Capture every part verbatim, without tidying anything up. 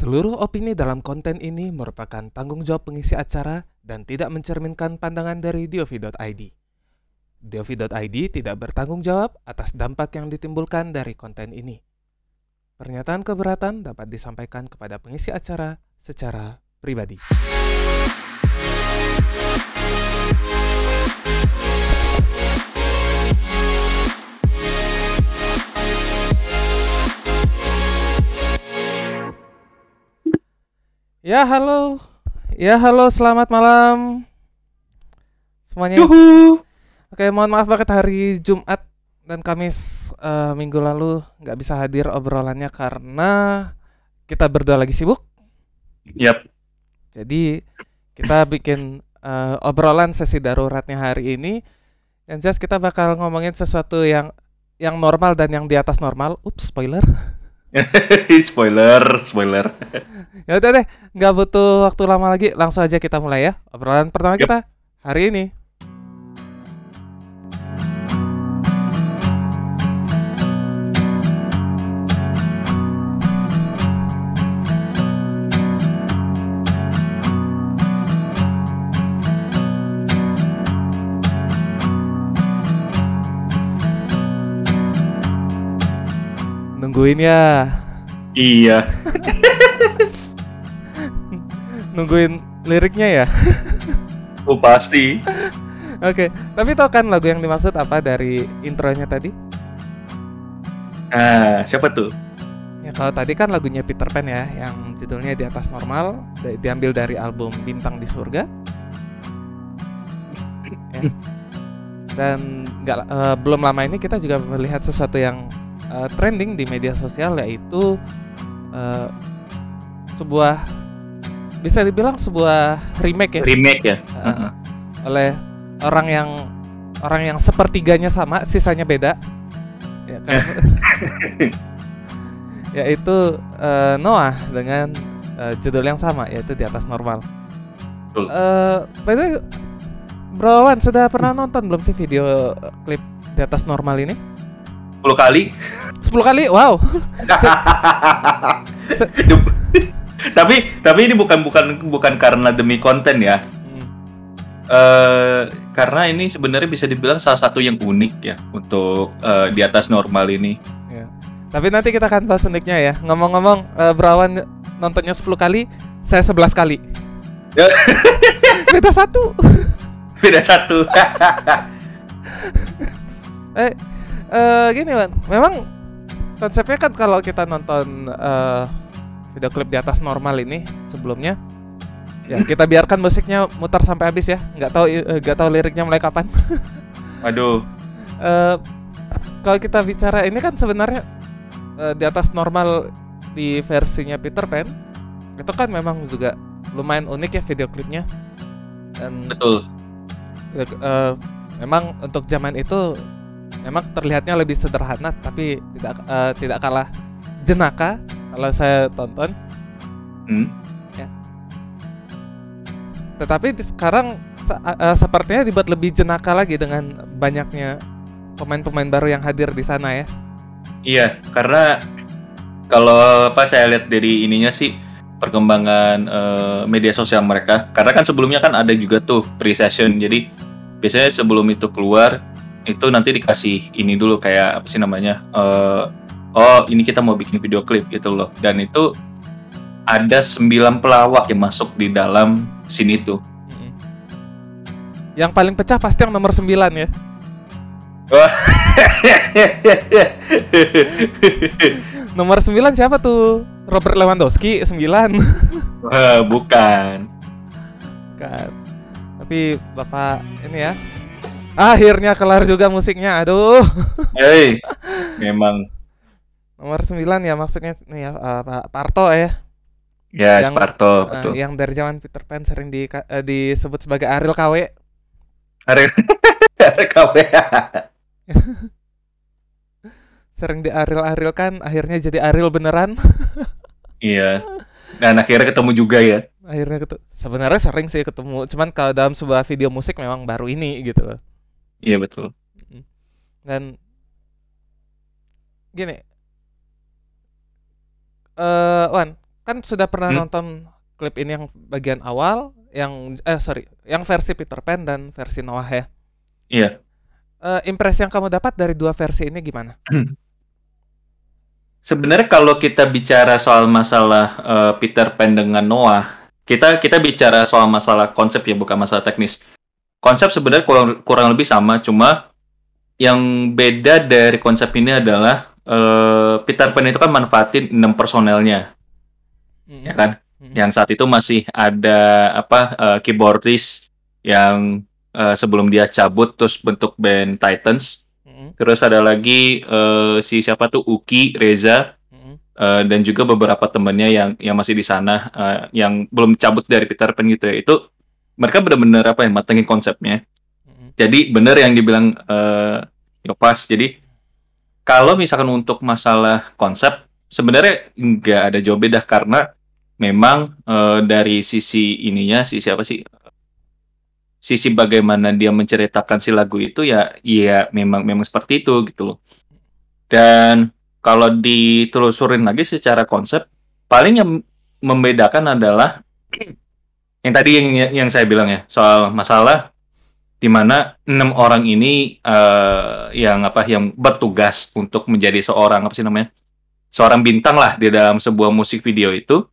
Seluruh opini dalam konten ini merupakan tanggung jawab pengisi acara dan tidak mencerminkan pandangan dari Diovi titik I D. Diovi titik I D tidak bertanggung jawab atas dampak yang ditimbulkan dari konten ini. Pernyataan keberatan dapat disampaikan kepada pengisi acara secara pribadi. Ya halo, ya halo, selamat malam semuanya. Yuhu. Oke, mohon maaf banget hari Jumat dan Kamis eh, minggu lalu nggak bisa hadir obrolannya karena kita berdua lagi sibuk. Yap. Jadi kita bikin eh, obrolan sesi daruratnya hari ini. Yang jelas kita bakal ngomongin sesuatu yang yang normal dan yang di atas normal. Ups, spoiler. spoiler, spoiler. Ya udah deh, nggak butuh waktu lama lagi, langsung aja kita mulai ya. Obrolan pertama Yep. kita hari ini. Nungguin ya, Iya. nungguin liriknya ya. Oh pasti. Oke, tapi tau kan lagu yang dimaksud apa dari intronya tadi? Ah, siapa tuh? Ya kalau tadi kan lagunya Peter Pan ya, yang judulnya Di Atas Normal, di- diambil dari album Bintang di Surga. Ya. Dan nggak eh, belum lama ini kita juga melihat sesuatu yang eh, trending di media sosial, yaitu eh, sebuah, bisa dibilang sebuah remake ya, Remake ya. eh, Uh-uh. oleh orang yang orang yang sepertiganya sama, sisanya beda. Ya kan? Yaitu eh, Noah dengan eh, judul yang sama, yaitu Di Atas Normal. Betul. Eh, by the way, Bro Wan, sudah pernah nonton belum sih video eh, klip Di Atas Normal ini? sepuluh kali. sepuluh kali? Wow. Se- tapi tapi ini bukan bukan bukan karena demi konten ya. Hmm. Eh karena ini sebenarnya bisa dibilang salah satu yang unik ya untuk eh, Di Atas Normal ini. Ya. Tapi nanti kita akan bahas uniknya ya. Ngomong-ngomong, eh, Bro Wan nontonnya sepuluh kali, saya sebelas kali. Beda satu. Beda satu. Eh, eh gini Wan, memang konsepnya kan kalau kita nonton eh, video klip Di Atas Normal ini sebelumnya, ya kita biarkan musiknya mutar sampai habis ya. Nggak tahu eh, nggak tahu liriknya mulai kapan. Waduh. Eh, kalau kita bicara ini kan sebenarnya eh, Di Atas Normal di versinya Peter Pan itu kan memang juga lumayan unik ya video klipnya. Dan Betul. eh, memang untuk zaman itu memang terlihatnya lebih sederhana, tapi tidak eh, tidak kalah jenaka kalau saya tonton. Hmm. Tetapi di- sekarang se- eh, sepertinya dibuat lebih jenaka lagi dengan banyaknya pemain-pemain baru yang hadir di sana ya. Iya, karena kalau apa saya lihat dari ininya sih perkembangan eh, media sosial mereka. Karena kan sebelumnya kan ada juga tuh pre-session. Jadi biasanya sebelum itu keluar itu nanti dikasih ini dulu kayak apa sih namanya? eh, oh, ini kita mau bikin video klip gitu loh. Dan itu ada sembilan pelawak yang masuk di dalam scene itu. Mm-mm. Yang paling pecah pasti yang nomor sembilan ya. Wah. Nomor sembilan siapa tuh? Robert Lewandowski sembilan. Wah, bukan. Kan. Tapi Bapak ini ya. Akhirnya kelar juga musiknya. Aduh. Hei, memang Nomor sembilan ya maksudnya nih ya, uh, Pak Parto ya. ya Yang Sparto uh, betul. yang dari zaman Peter Pan sering di, uh, disebut sebagai Ariel K W. Are K W. Sering di Ariel-Ariel kan, akhirnya jadi Ariel beneran. Iya. Dan akhirnya ketemu juga ya. Akhirnya ketemu. Sebenarnya sering sih ketemu, cuman kalau dalam sebuah video musik memang baru ini gitu loh. Iya betul. Dan gini, eh Wan, kan sudah pernah Hmm? nonton klip ini yang bagian awal, yang eh sorry, yang versi Peter Pan dan versi Noah ya. Iya. Eh, impresi yang kamu dapat dari dua versi ini gimana? Sebenarnya kalau kita bicara soal masalah eh, Peter Pan dengan Noah, kita kita bicara soal masalah konsep ya, bukan masalah teknis. Konsep sebenarnya kurang, kurang lebih sama, cuma yang beda dari konsep ini adalah eh, Peter Pan itu kan manfaatin enam personelnya, ya Mm-mm. kan? Mm-mm. Yang saat itu masih ada apa eh, keyboardis yang eh, sebelum dia cabut terus bentuk band Titans. Mm-mm. Terus ada lagi eh, si siapa tuh Uki, Reza, Mm-mm. eh, dan juga beberapa temannya yang yang masih di sana eh, yang belum cabut dari Peter Pan gitu ya. Itu mereka benar-benar apa ya matengin konsepnya. Mm-mm. Jadi benar yang dibilang eh, Yopas. Jadi kalau misalkan untuk masalah konsep sebenarnya nggak ada jauh beda karena memang eh, dari sisi ininya sisi apa sih sisi bagaimana dia menceritakan si lagu itu ya ya memang memang seperti itu gitu loh. Dan kalau ditelusurin lagi secara konsep, paling yang membedakan adalah yang tadi yang yang saya bilang ya, soal masalah di mana enam orang ini eh, yang apa yang bertugas untuk menjadi seorang apa sih namanya? Seorang bintang lah di dalam sebuah musik video itu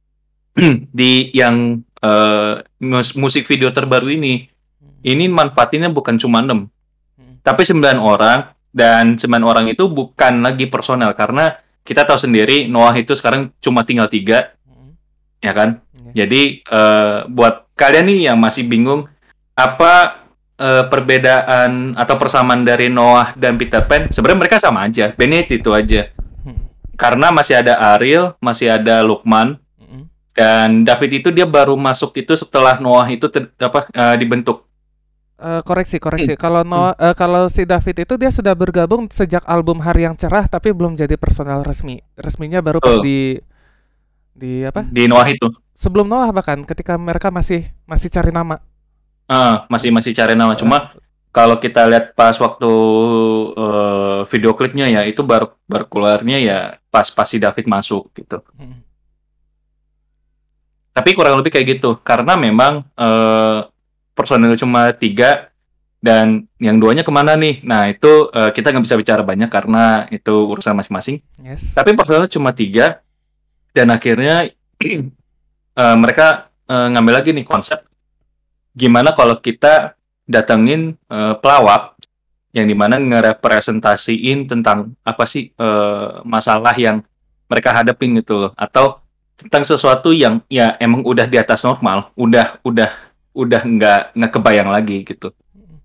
di yang eh, mus- musik video terbaru ini ini manfaatinnya bukan cuma enam Mm-mm. tapi sembilan orang dan sembilan orang itu bukan lagi personel karena kita tahu sendiri Noah itu sekarang cuma tinggal tiga Mm-mm. ya kan. Ya. Jadi eh, buat kalian nih yang masih bingung apa eh, perbedaan atau persamaan dari Noah dan Peter Pan, sebenarnya mereka sama aja, bandnya itu aja. Mm-mm. Karena masih ada Ariel, masih ada Lukman, Mm-mm. dan David itu dia baru masuk itu setelah Noah itu ter- apa eh, dibentuk. Eh, koreksi Hmm. koreksi kalau Hmm. Noah, eh, kalau si David itu dia sudah bergabung sejak album Hari yang Cerah tapi belum jadi personal resmi. Resminya baru pas Betul. di di apa? Di Noah itu. Sebelum Noah bahkan ketika mereka masih masih cari nama. Ah, masih Eh, masih cari nama. eh, Cuma kalau kita lihat pas waktu eh, video klipnya ya itu baru baru keluarnya ya pas pas si David masuk gitu. mm, Tapi kurang lebih kayak gitu karena memang eh, personil cuma tiga dan yang duanya kemana nih? Nah itu eh, kita nggak bisa bicara banyak karena itu urusan masing-masing. yes. Tapi personilnya cuma tiga dan akhirnya eh, mereka eh, ngambil lagi nih konsep gimana kalau kita datengin eh, pelawak yang dimana ngerepresentasiin tentang apa sih eh, masalah yang mereka hadapin gitu loh atau tentang sesuatu yang ya emang udah di atas normal, udah udah udah nggak nggak kebayang lagi gitu.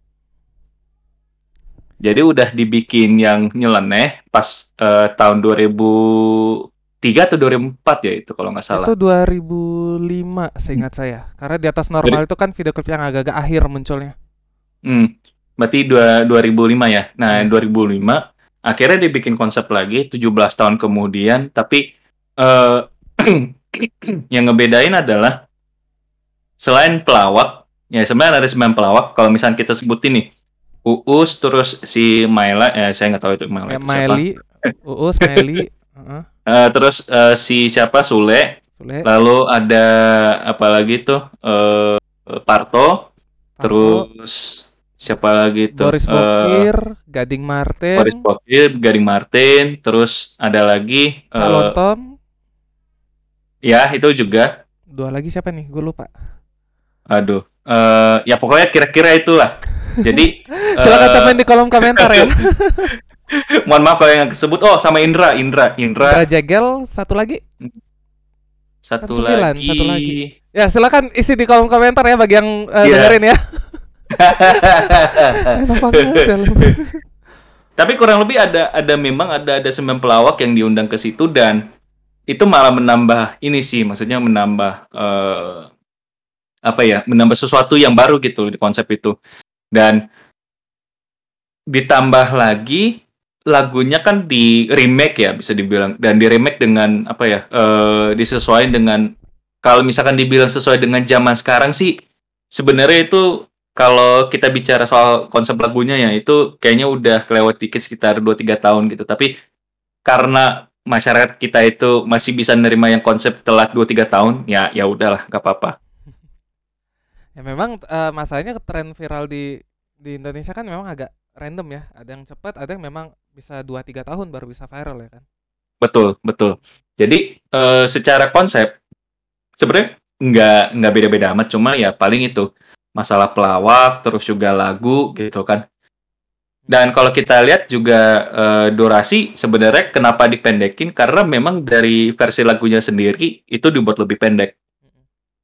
Jadi udah dibikin yang nyeleneh pas eh, tahun dua ribu tiga atau dua ribu empat ya itu kalau nggak salah. Itu dua ribu lima seingat saya. Karena di atas normal Dari- itu kan video klip yang agak-agak akhir munculnya. Hmm, berarti dua, 2005 ya. Nah, Iya. dua ribu lima akhirnya dibikin konsep lagi tujuh belas tahun kemudian, tapi eh, yang ngebedain adalah selain pelawak, ya sebenarnya ada sembilan pelawak. Kalau misalnya kita sebutin nih, Uus, terus si Maila, ya saya nggak tahu itu Maila Ya itu siapa. Miley, Uus, Miley, heeh, Eh, terus eh, si siapa Sule, Sule, lalu ada apa lagi tuh eh, Parto, Parto, terus siapa lagi tuh Boris eh Bokir, Gading Boris Martin, Bokir, Garing Martin, terus ada lagi Calon eh Tom, ya itu juga, dua lagi siapa nih? Gue lupa. aduh, eh ya pokoknya kira-kira itulah. Jadi Silakan eh komen di kolom komentar ya. mohon maaf kalau yang kesebut. Oh, sama Indra, Indra, Indra Indra. Jegel satu lagi, kan Satu sembilan, lagi. satu lagi. Ya silakan isi di kolom komentar ya bagi yang eh, Iya. dengerin ya. Enak banget ya lu. Tapi kurang lebih ada ada memang ada ada sembilan pelawak yang diundang ke situ dan itu malah menambah ini sih, maksudnya menambah eh, apa ya, menambah sesuatu yang baru gitu di konsep itu. Dan ditambah lagi lagunya kan di remake ya bisa dibilang dan di remake dengan apa ya eh disesuaikan dengan kalau misalkan dibilang sesuai dengan zaman sekarang sih sebenarnya itu kalau kita bicara soal konsep lagunya ya itu kayaknya udah kelewat dikit sekitar dua tiga tahun gitu tapi karena masyarakat kita itu masih bisa nerima yang konsep telat dua tiga tahun, ya ya udahlah, nggak apa-apa. Ya memang eh, masalahnya tren viral di di Indonesia kan memang agak random ya. Ada yang cepat, ada yang memang bisa dua tiga tahun baru bisa viral ya kan. Betul, betul. Jadi eh, secara konsep sebenarnya nggak nggak beda-beda amat, cuma ya paling itu masalah pelawak, terus juga lagu gitu kan. Dan kalau kita lihat juga eh, durasi sebenarnya kenapa dipendekin karena memang dari versi lagunya sendiri itu dibuat lebih pendek. Mm-mm.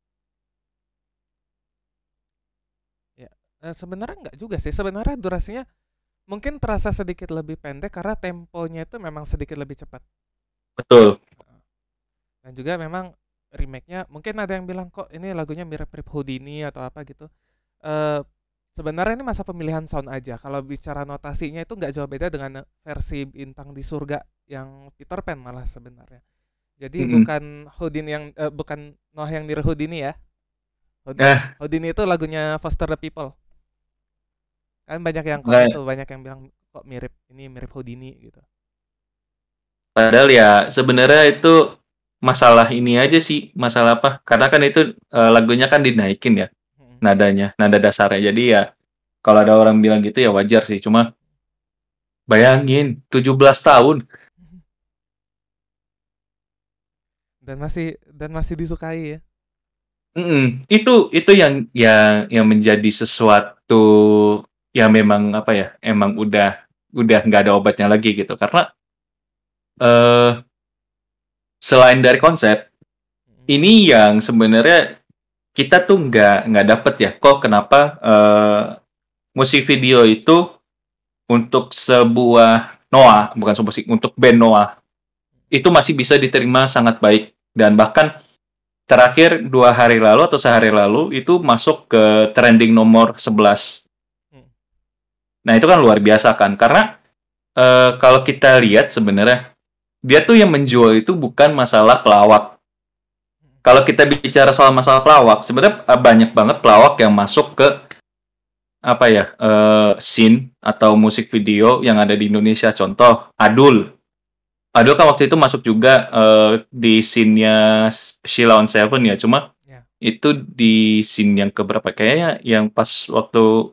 Ya, eh, sebenarnya nggak juga sih. Sebenarnya durasinya mungkin terasa sedikit lebih pendek karena temponya itu memang sedikit lebih cepat. Betul. Dan juga memang remake-nya mungkin ada yang bilang kok ini lagunya mirip-mirip Houdini atau apa gitu. Eh Sebenarnya ini masa pemilihan sound aja. Kalau bicara notasinya itu nggak jauh beda dengan versi Bintang di Surga yang Peter Pan malah sebenarnya. Jadi Mm-mm. bukan Houdini yang eh, bukan Noah yang niru Houdini ya. Houd- Nah, Houdini itu lagunya Foster the People. Kan banyak yang komen nah, tuh, banyak yang bilang kok mirip ini mirip Houdini gitu. padahal ya sebenarnya itu masalah ini aja sih, masalah apa? Karena kan itu eh, lagunya kan dinaikin ya Mm-mm. nadanya, nada dasarnya. Jadi ya kalau ada orang bilang gitu ya wajar sih. Cuma bayangin tujuh belas tahun. Dan masih dan masih disukai ya. Mm-mm. Itu itu yang yang yang menjadi sesuatu yang memang apa ya? Emang udah udah nggak ada obatnya lagi gitu. Karena eh selain dari konsep, Mm-mm. ini yang sebenarnya kita tuh nggak nggak dapet ya. Kok kenapa eh musik video itu untuk sebuah Noah, bukan sebuah musik, untuk band Noah itu masih bisa diterima sangat baik dan bahkan terakhir dua hari lalu atau sehari lalu itu masuk ke trending nomor sebelas. Mm. Nah, itu kan luar biasa kan karena eh, kalau kita lihat sebenarnya dia tuh yang menjual itu bukan masalah pelawak. Kalau kita bicara soal masalah pelawak, sebenarnya eh, banyak banget pelawak yang masuk ke apa ya eh, scene atau musik video yang ada di Indonesia. Contoh Adul. Adul kan waktu itu masuk juga eh, di scene-nya Sheila on Seven ya. Cuma Ya. itu di scene yang keberapa? Kayaknya yang pas waktu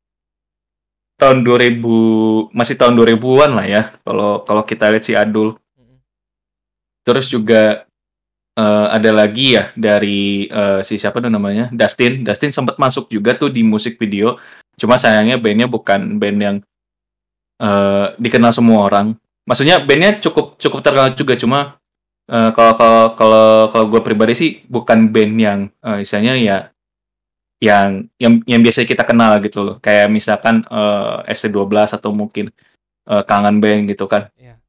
tahun dua ribu, masih tahun dua ribuan lah ya. Kalau kalau kita lihat si Adul. Mm-mm. Terus juga eh, ada lagi ya dari eh, si siapa tuh namanya? Dustin. Dustin sempat masuk juga tuh di musik video. Cuma sayangnya bandnya bukan band yang eh, dikenal semua orang. Maksudnya bandnya cukup cukup terkenal juga. Cuma eh, kalau kalau kalau kalau gue pribadi sih bukan band yang eh, istilahnya ya yang yang yang biasa kita kenal gitu loh. Kayak misalkan eh, S T dua belas atau mungkin eh, Kangen Band gitu kan. Ya.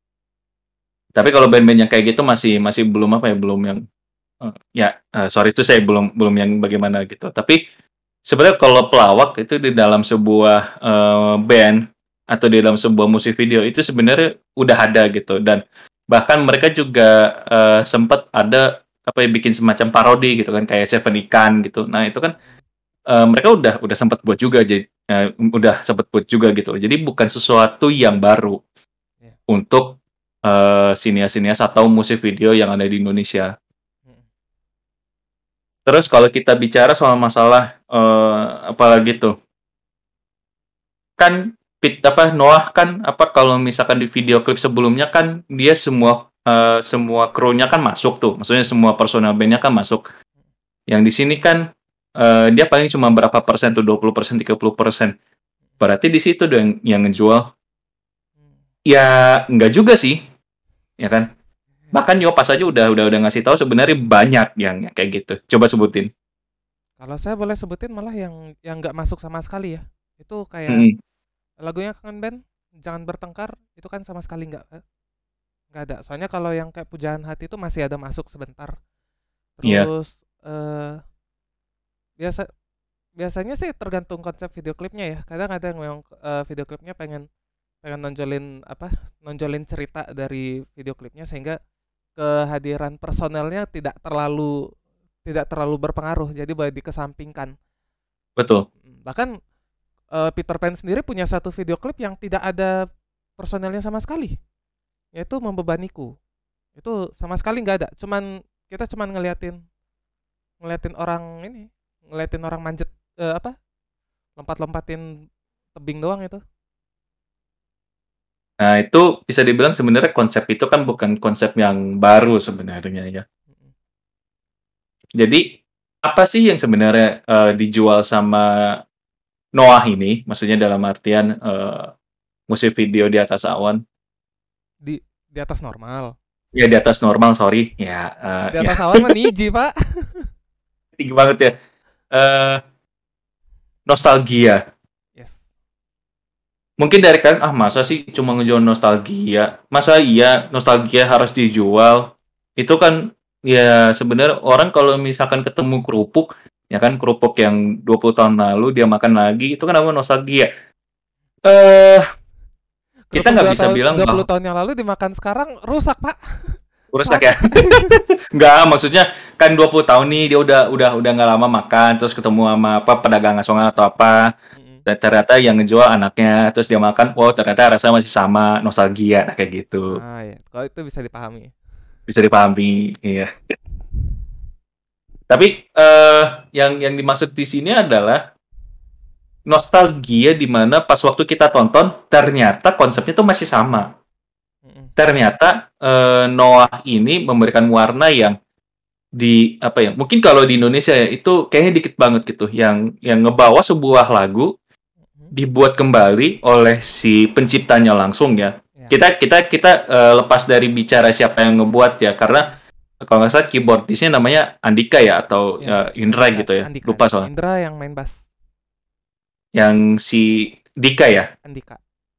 Tapi kalau band-band yang kayak gitu masih masih belum apa ya, belum yang eh, ya eh, sorry itu saya belum belum yang bagaimana gitu. Tapi sebenarnya kalau pelawak itu di dalam sebuah eh, band atau di dalam sebuah musik video itu sebenarnya udah ada gitu dan bahkan mereka juga eh, sempat ada apa ya bikin semacam parodi gitu kan kayak Seven Ikan gitu. Nah, itu kan Mm. eh, mereka udah udah sempat buat juga jadi eh, udah sempat buat juga gitu. Jadi bukan sesuatu yang baru Ya. untuk eh, sinias-sinias atau musik video yang ada di Indonesia. Mm. Terus kalau kita bicara soal masalah eh, apalagi tuh kan Pit apa Noah kan apa kalau misalkan di video klip sebelumnya kan dia semua eh, semua krunya kan masuk tuh, maksudnya semua personal bandnya kan masuk. Yang di sini kan eh, dia paling cuma berapa persen tuh dua puluh persen, tiga puluh persen. Berarti di situ tuh yang yang ngejual. Mm. Ya enggak juga sih, ya kan? Bahkan Yopas aja udah udah udah ngasih tahu sebenarnya banyak yang yang kayak gitu. Coba sebutin. Kalau saya boleh sebutin malah yang yang nggak masuk sama sekali ya. Itu kayak Mm-mm. lagunya Kangen Band, Jangan Bertengkar, itu kan sama sekali nggak eh, nggak ada. Soalnya kalau yang kayak Pujaan Hati itu masih ada masuk sebentar. Iya, Terus eh biasa biasanya sih tergantung konsep video klipnya ya. Kadang ada yang memang eh, video klipnya pengen pengen nonjolin apa? Nonjolin cerita dari video klipnya sehingga kehadiran personelnya tidak terlalu tidak terlalu berpengaruh. Jadi boleh dikesampingkan. betul. Bahkan eh, Peter Pan sendiri punya satu video klip yang tidak ada personelnya sama sekali. ya itu membebaniku. Itu sama sekali nggak ada. Cuman kita cuman ngeliatin ngeliatin orang ini, ngeliatin orang manjat eh, apa? Lompat-lompatin tebing doang itu. Nah, itu bisa dibilang sebenarnya konsep itu kan bukan konsep yang baru sebenarnya ya. Jadi apa sih yang sebenarnya eh, dijual sama Noah ini? Maksudnya dalam artian eh, musik video di atas awan. Di di atas normal. Ya di atas normal, sorry. Ya, eh, Di ya atas awan mah niji, Pak. tinggi banget ya. Eh, Nostalgia. Yes. Mungkin dari kalian, ah masa sih cuma ngejual nostalgia? Masa iya nostalgia harus dijual? Itu kan ya sebenarnya orang kalau misalkan ketemu kerupuk, ya kan kerupuk yang dua puluh tahun lalu dia makan lagi, itu kan apa nostalgia. Eh, kita Kerupuk nggak dua bisa tahun bilang dua puluh bahwa tahun yang lalu dimakan sekarang rusak, Pak. rusak ya. Plastik. Nggak, maksudnya kan dua puluh tahun nih dia udah udah udah nggak lama makan, terus ketemu sama apa pedagang asongan atau apa. Mm-mm. Dan ternyata yang ngejual anaknya, terus dia makan, wow ternyata rasanya masih sama, nostalgia, nah, kayak gitu. Ah ya, kalau itu bisa dipahami. Bisa dipahami, iya. Tapi eh yang yang dimaksud di sini adalah nostalgia di mana pas waktu kita tonton ternyata konsepnya tuh masih sama. Mm-mm. Ternyata eh, Noah ini memberikan warna yang di apa ya? Mungkin kalau di Indonesia ya itu kayaknya dikit banget gitu yang yang ngebawa sebuah lagu Mm-mm. dibuat kembali oleh si penciptanya langsung ya. Ya, Kita kita kita eh, lepas dari bicara siapa yang ngebuat ya karena kalau nggak salah keyboardisnya namanya Andika ya atau ya. uh, Indra Andika, gitu ya Andika, lupa Andika. soalnya Indra yang main bass. yang si Dika ya Andika.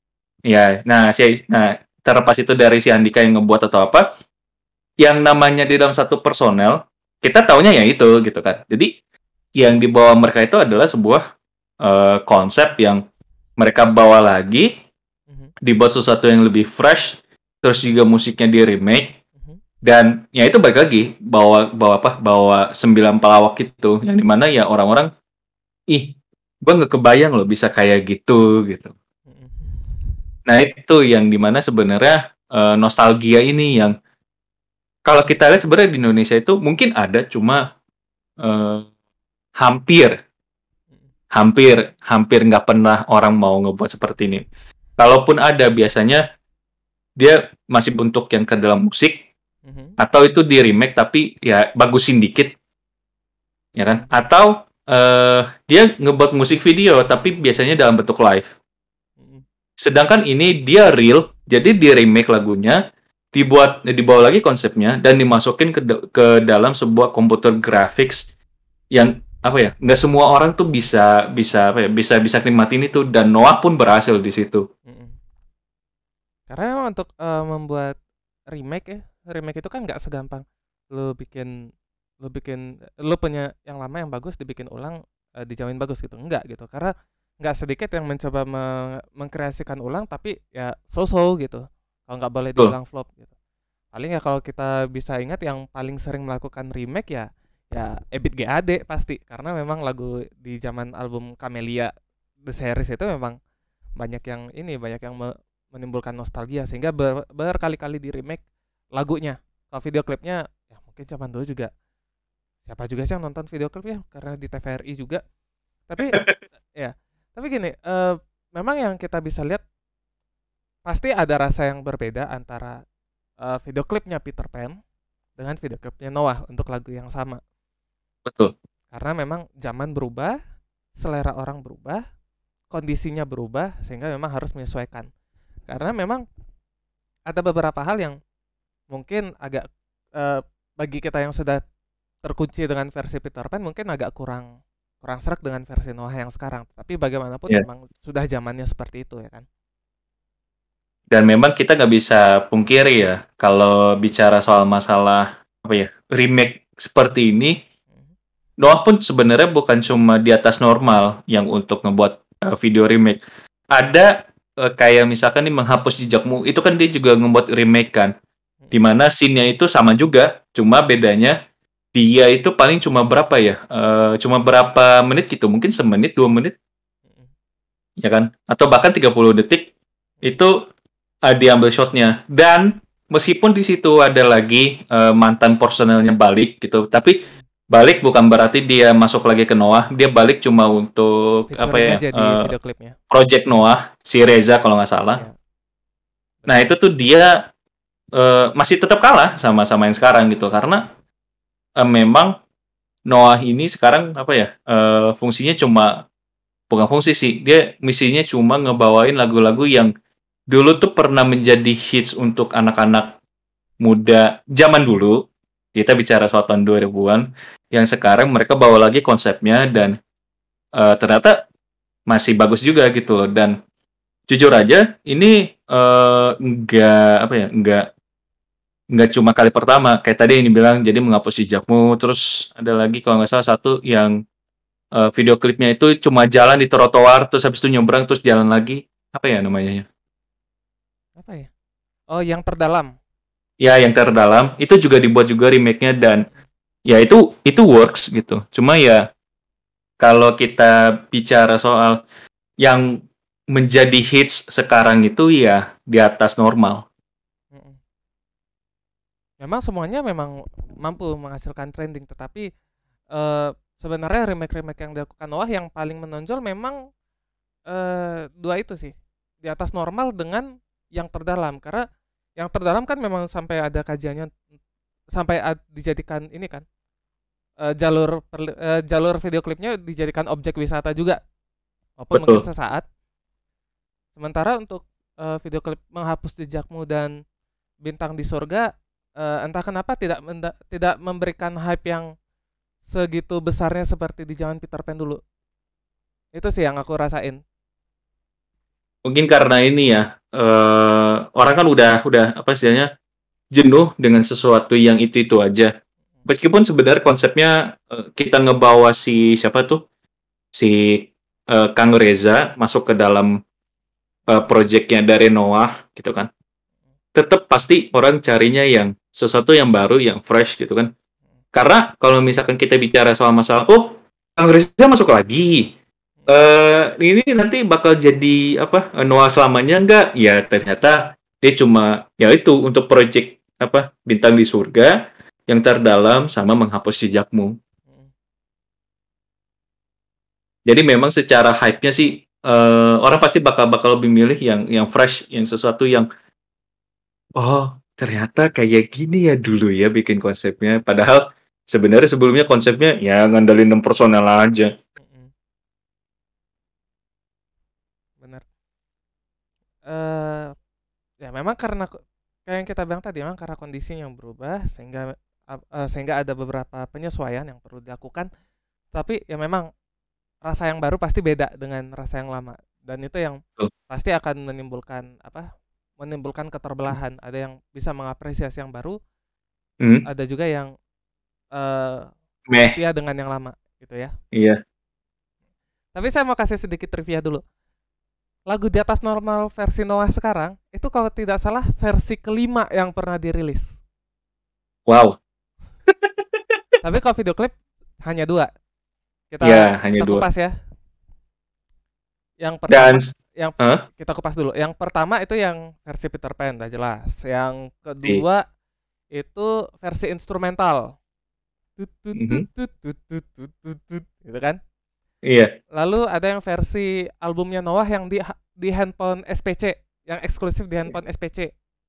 ya nah si nah terlepas itu dari si Andika yang ngebuat atau apa yang namanya di dalam satu personel kita taunya ya itu gitu kan jadi yang dibawa mereka itu adalah sebuah uh, konsep yang mereka bawa lagi Mhm. dibuat sesuatu yang lebih fresh terus juga musiknya di remake Mhm. dan ya itu balik lagi bawa bawa apa bawa sembilan pelawak itu yang dimana ya orang-orang ih gue nggak kebayang loh bisa kayak gitu gitu Mhm. nah itu yang dimana sebenarnya eh, nostalgia ini yang kalau kita lihat sebenarnya di Indonesia itu mungkin ada cuma eh, hampir Mhm. hampir hampir nggak pernah orang mau ngebuat seperti ini kalaupun ada biasanya dia masih bentuk yang ke dalam musik Mhm. atau itu di remake tapi ya bagusin dikit ya kan Mhm. atau eh dia ngebuat musik video tapi biasanya dalam bentuk live Mhm. sedangkan ini dia real jadi di remake lagunya dibuat dibawa lagi konsepnya dan dimasukin ke ke dalam sebuah komputer graphics yang apa ya nggak semua orang tuh bisa bisa apa ya bisa bisa nikmatin itu dan Noah pun berhasil di situ. Mhm. Karena memang untuk eh, membuat remake ya, remake itu kan nggak segampang lu bikin lu bikin lu punya yang lama yang bagus dibikin ulang eh, dijamin bagus gitu. Enggak gitu. Karena nggak sedikit yang mencoba me- mengkreasikan ulang tapi ya so-so gitu. Kalau nggak boleh Betul. dibilang flop gitu. Paling ya kalau kita bisa ingat yang paling sering melakukan remake ya ya Ebit G A D pasti karena memang lagu di zaman album Camellia The Series itu memang banyak yang ini banyak yang me- menimbulkan nostalgia sehingga ber- berkali-kali di remake lagunya. Kalau video klipnya ya mungkin zaman dulu juga siapa juga sih yang nonton video klipnya karena di T V R I juga. Tapi ya, tapi gini, eh, memang yang kita bisa lihat pasti ada rasa yang berbeda antara eh, video klipnya Peter Pan dengan video klipnya Noah untuk lagu yang sama. Betul. Karena memang zaman berubah, selera orang berubah, kondisinya berubah sehingga memang harus menyesuaikan. Karena memang ada beberapa hal yang mungkin agak eh, bagi kita yang sudah terkunci dengan versi Peter Pan mungkin agak kurang kurang serak dengan versi Noah yang sekarang. Tapi bagaimanapun Ya. memang sudah zamannya seperti itu ya kan. Dan memang kita nggak bisa pungkiri ya kalau bicara soal masalah apa ya remake seperti ini Mhm. Noah pun sebenarnya bukan cuma di atas normal yang untuk ngebuat uh, video remake. Ada uh, kayak misalkan nih menghapus jejakmu, itu kan dia juga ngebuat remake kan. Mhm. Dimana scene-nya itu sama juga, cuma bedanya dia itu paling cuma berapa ya? Uh, cuma berapa menit gitu, mungkin semenit, dua menit, Mhm. ya kan? Atau bahkan tiga puluh detik, Mhm. itu uh, diambil shotnya. Dan meskipun di situ ada lagi eh, mantan personelnya balik gitu, tapi Mm. balik bukan berarti dia masuk lagi ke Noah, dia balik cuma untuk apa Featuring ya, aja di eh, video klipnya. project Noah si Reza kalau nggak salah. Ya, Nah benar. itu tuh dia eh, masih tetap kalah sama sama yang sekarang gitu, karena eh, memang Noah ini sekarang apa ya, eh, fungsinya cuma, bukan fungsi sih, dia misinya cuma ngebawain lagu-lagu yang dulu tuh pernah menjadi hits untuk anak-anak muda zaman dulu. Kita bicara soal tahun dua ribuan, yang sekarang mereka bawa lagi konsepnya dan eh, ternyata masih bagus juga gitu loh. Dan jujur aja ini eh, nggak apa ya, nggak nggak cuma kali pertama kayak tadi ini bilang jadi menghapus jejakmu, terus ada lagi kalau nggak salah satu yang eh, video klipnya itu cuma jalan di trotoar terus habis itu nyebrang terus jalan lagi, apa ya namanya ya. Apa ya? Oh, yang terdalam. Ya yang terdalam itu juga dibuat juga remake-nya dan Mm. ya itu itu works gitu. Cuma ya kalau kita bicara soal yang menjadi hits sekarang itu ya di atas normal. Mm-mm. Memang semuanya memang mampu menghasilkan trending, tetapi eh, sebenarnya remake-remake yang dilakukan Noah yang paling menonjol memang eh, dua itu sih, di atas normal dengan yang terdalam, karena yang terdalam kan memang sampai ada kajiannya, sampai ad- dijadikan ini kan, eh, jalur perli- eh, jalur video klipnya dijadikan objek wisata juga, walaupun mungkin Betul. sesaat. Sementara untuk eh, video klip menghapus jejakmu dan bintang di surga, eh, entah kenapa tidak menda- tidak memberikan hype yang segitu besarnya seperti di zaman Peter Pan dulu. Itu sih yang aku rasain. Mungkin karena ini ya, eh, orang kan udah udah apa istilahnya jenuh dengan sesuatu yang itu-itu aja. Meskipun sebenarnya konsepnya eh, kita ngebawa si siapa tuh si eh, Kang Reza masuk ke dalam eh, projectnya dari Noah gitu kan. Tetap pasti orang carinya yang sesuatu yang baru, yang fresh gitu kan. Karena kalau misalkan kita bicara soal masalah, oh Kang Reza masuk lagi, eh ini nanti bakal jadi apa Noah selamanya enggak? Ya ternyata dia cuma ya itu untuk project apa bintang di surga yang terdalam sama menghapus jejakmu. Jadi memang secara hype-nya sih eh, orang pasti bakal bakal lebih milih yang yang fresh, yang sesuatu yang oh ternyata kayak gini ya dulu ya bikin konsepnya. Padahal sebenarnya sebelumnya konsepnya ya ngandelin enam personel aja. Benar. Eh ya memang karena ko- kayak yang kita bilang tadi, memang karena kondisi yang berubah sehingga ap- eh, sehingga ada beberapa penyesuaian yang perlu dilakukan. Tapi ya memang rasa yang baru pasti beda dengan rasa yang lama, dan itu yang Tuh. pasti akan menimbulkan apa? Menimbulkan keterbelahan. Ada yang bisa mengapresiasi yang baru, Hmm. ada juga yang eh, Meh, setia dengan yang lama gitu ya. iya. Tapi saya mau kasih sedikit trivia dulu. Lagu di atas normal versi Noah sekarang itu kalau tidak salah versi kelima yang pernah dirilis. Wow. Tapi kalau video klip hanya dua. Kita Ya, hanya kita dua. kupas ya. Yang Dan pertama, yang Hah? kita kupas dulu. Yang pertama itu yang versi Peter Pan, udah jelas. Yang Iya. kedua itu versi instrumental. Tut tut tut Mhm. tut tut tut tut tut tut, gitu kan. Iya. Lalu ada yang versi albumnya Noah yang di di handphone S P C, yang eksklusif di handphone S P C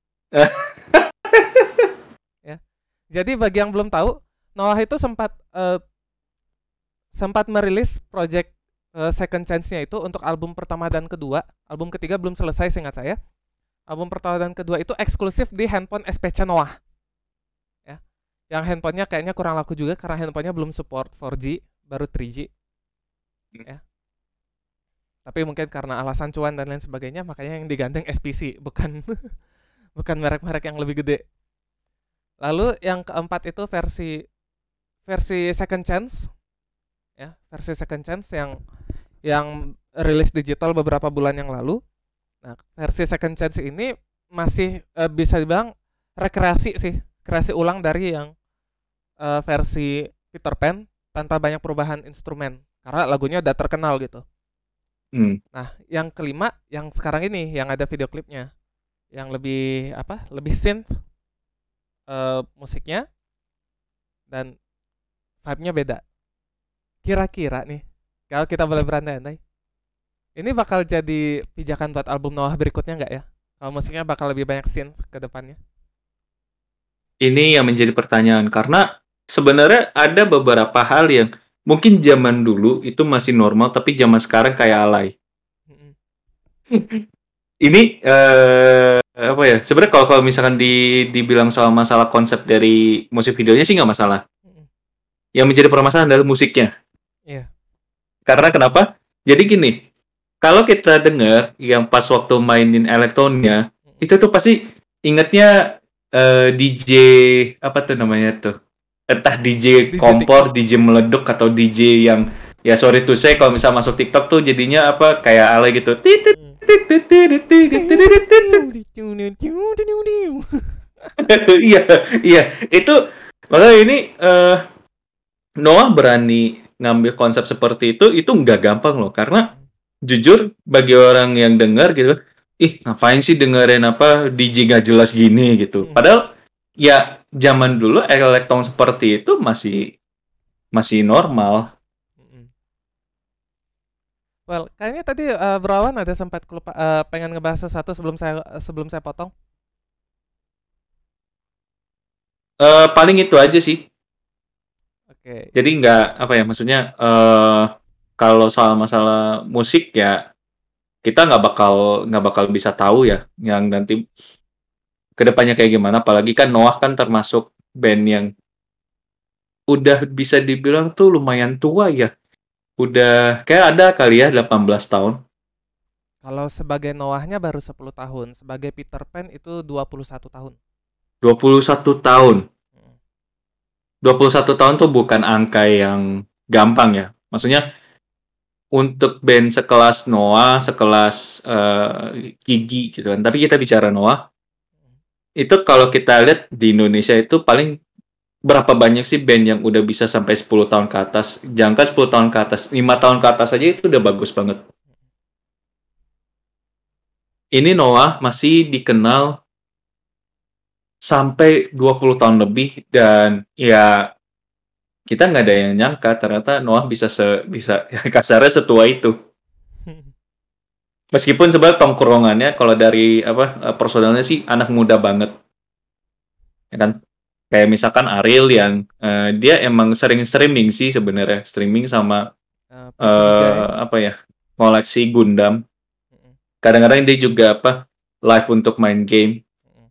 ya. Jadi bagi yang belum tahu, Noah itu sempat eh, sempat merilis project eh, Second Chance-nya itu untuk album pertama dan kedua. Album ketiga belum selesai seingat saya. Album pertama dan kedua itu eksklusif di handphone S P C Noah ya. Yang handphonenya kayaknya kurang laku juga karena handphonenya belum support four G, baru three G ya. Tapi mungkin karena alasan cuan dan lain sebagainya, makanya yang digandeng S P C, bukan bukan merek-merek yang lebih gede. Lalu yang keempat itu versi versi Second Chance ya, versi Second Chance yang yang rilis digital beberapa bulan yang lalu. Nah, versi Second Chance ini masih eh, bisa dibilang rekreasi sih, kreasi ulang dari yang eh, versi Peter Pan tanpa banyak perubahan instrumen karena lagunya udah terkenal gitu. Hmm. Nah, yang kelima yang sekarang ini yang ada video klipnya. yang lebih apa? Lebih synth eh, musiknya dan vibe-nya beda. Kira-kira nih, kalau kita boleh berandai-andai, ini bakal jadi pijakan buat album Noah berikutnya nggak ya? Kalau musiknya bakal lebih banyak synth ke depannya. Ini yang menjadi pertanyaan karena sebenarnya ada beberapa hal yang mungkin zaman dulu itu masih normal tapi zaman sekarang kayak alay. Mm-mm. Ini eh apa ya? Sebenarnya kalau kalau misalkan di dibilang soal masalah konsep dari musik videonya sih nggak masalah. Mm-mm. Yang menjadi permasalahan adalah musiknya. Iya. Karena kenapa? Jadi gini, kalau kita dengar yang pas waktu mainin elektronnya, Mm-mm. itu tuh pasti ingetnya eh, D J apa tuh namanya tuh? Entah D J D J kompor, TikTok. D J meleduk atau D J yang ya sorry to say kalau misal masuk TikTok tuh jadinya apa kayak ala gitu. Titit Mm. titit titit titit titit titit. Iya, iya. Itu makanya ini eh Noah berani ngambil konsep seperti itu itu nggak gampang loh karena jujur bagi orang yang dengar gitu ih ngapain sih dengerin apa D J gak jelas gini gitu Mm-mm. padahal ya zaman dulu elektron seperti itu masih masih normal. Mm-mm. Well, kayaknya tadi eh, Berawan ada sempat kelupa, eh, pengen ngebahas sesuatu sebelum saya sebelum saya potong. Eh paling itu aja sih, Oke. jadi nggak apa ya maksudnya eh kalau soal masalah musik ya kita nggak bakal nggak bakal bisa tahu ya yang nanti kedepannya kayak gimana apalagi kan Noah kan termasuk band yang udah bisa dibilang tuh lumayan tua ya. Udah kayak ada kali ya delapan belas tahun. Kalau sebagai Noahnya baru sepuluh tahun, sebagai Peter Pan itu dua puluh satu tahun. Dua puluh satu tahun. Mm. Dua puluh satu tahun tuh bukan angka yang gampang ya. Maksudnya untuk band sekelas Noah, sekelas eh, Gigi gitu kan. Tapi kita bicara Noah, itu kalau kita lihat di Indonesia itu paling berapa banyak sih band yang udah bisa sampai sepuluh tahun ke atas. Jangan sepuluh tahun ke atas, lima tahun ke atas aja itu udah bagus banget. Ini Noah masih dikenal sampai dua puluh tahun lebih dan ya kita nggak ada yang nyangka ternyata Noah bisa se bisa kasarnya setua itu. Meskipun sebenarnya tongkrongannya kalau dari apa eh, personalnya sih anak muda banget, ya kan? Kayak misalkan Ariel yang eh, dia emang sering streaming sih sebenarnya, streaming sama Eh, P C juga eh ya. apa ya? Koleksi Gundam. Mm-mm. Kadang-kadang dia juga apa live untuk main game. Mm-mm.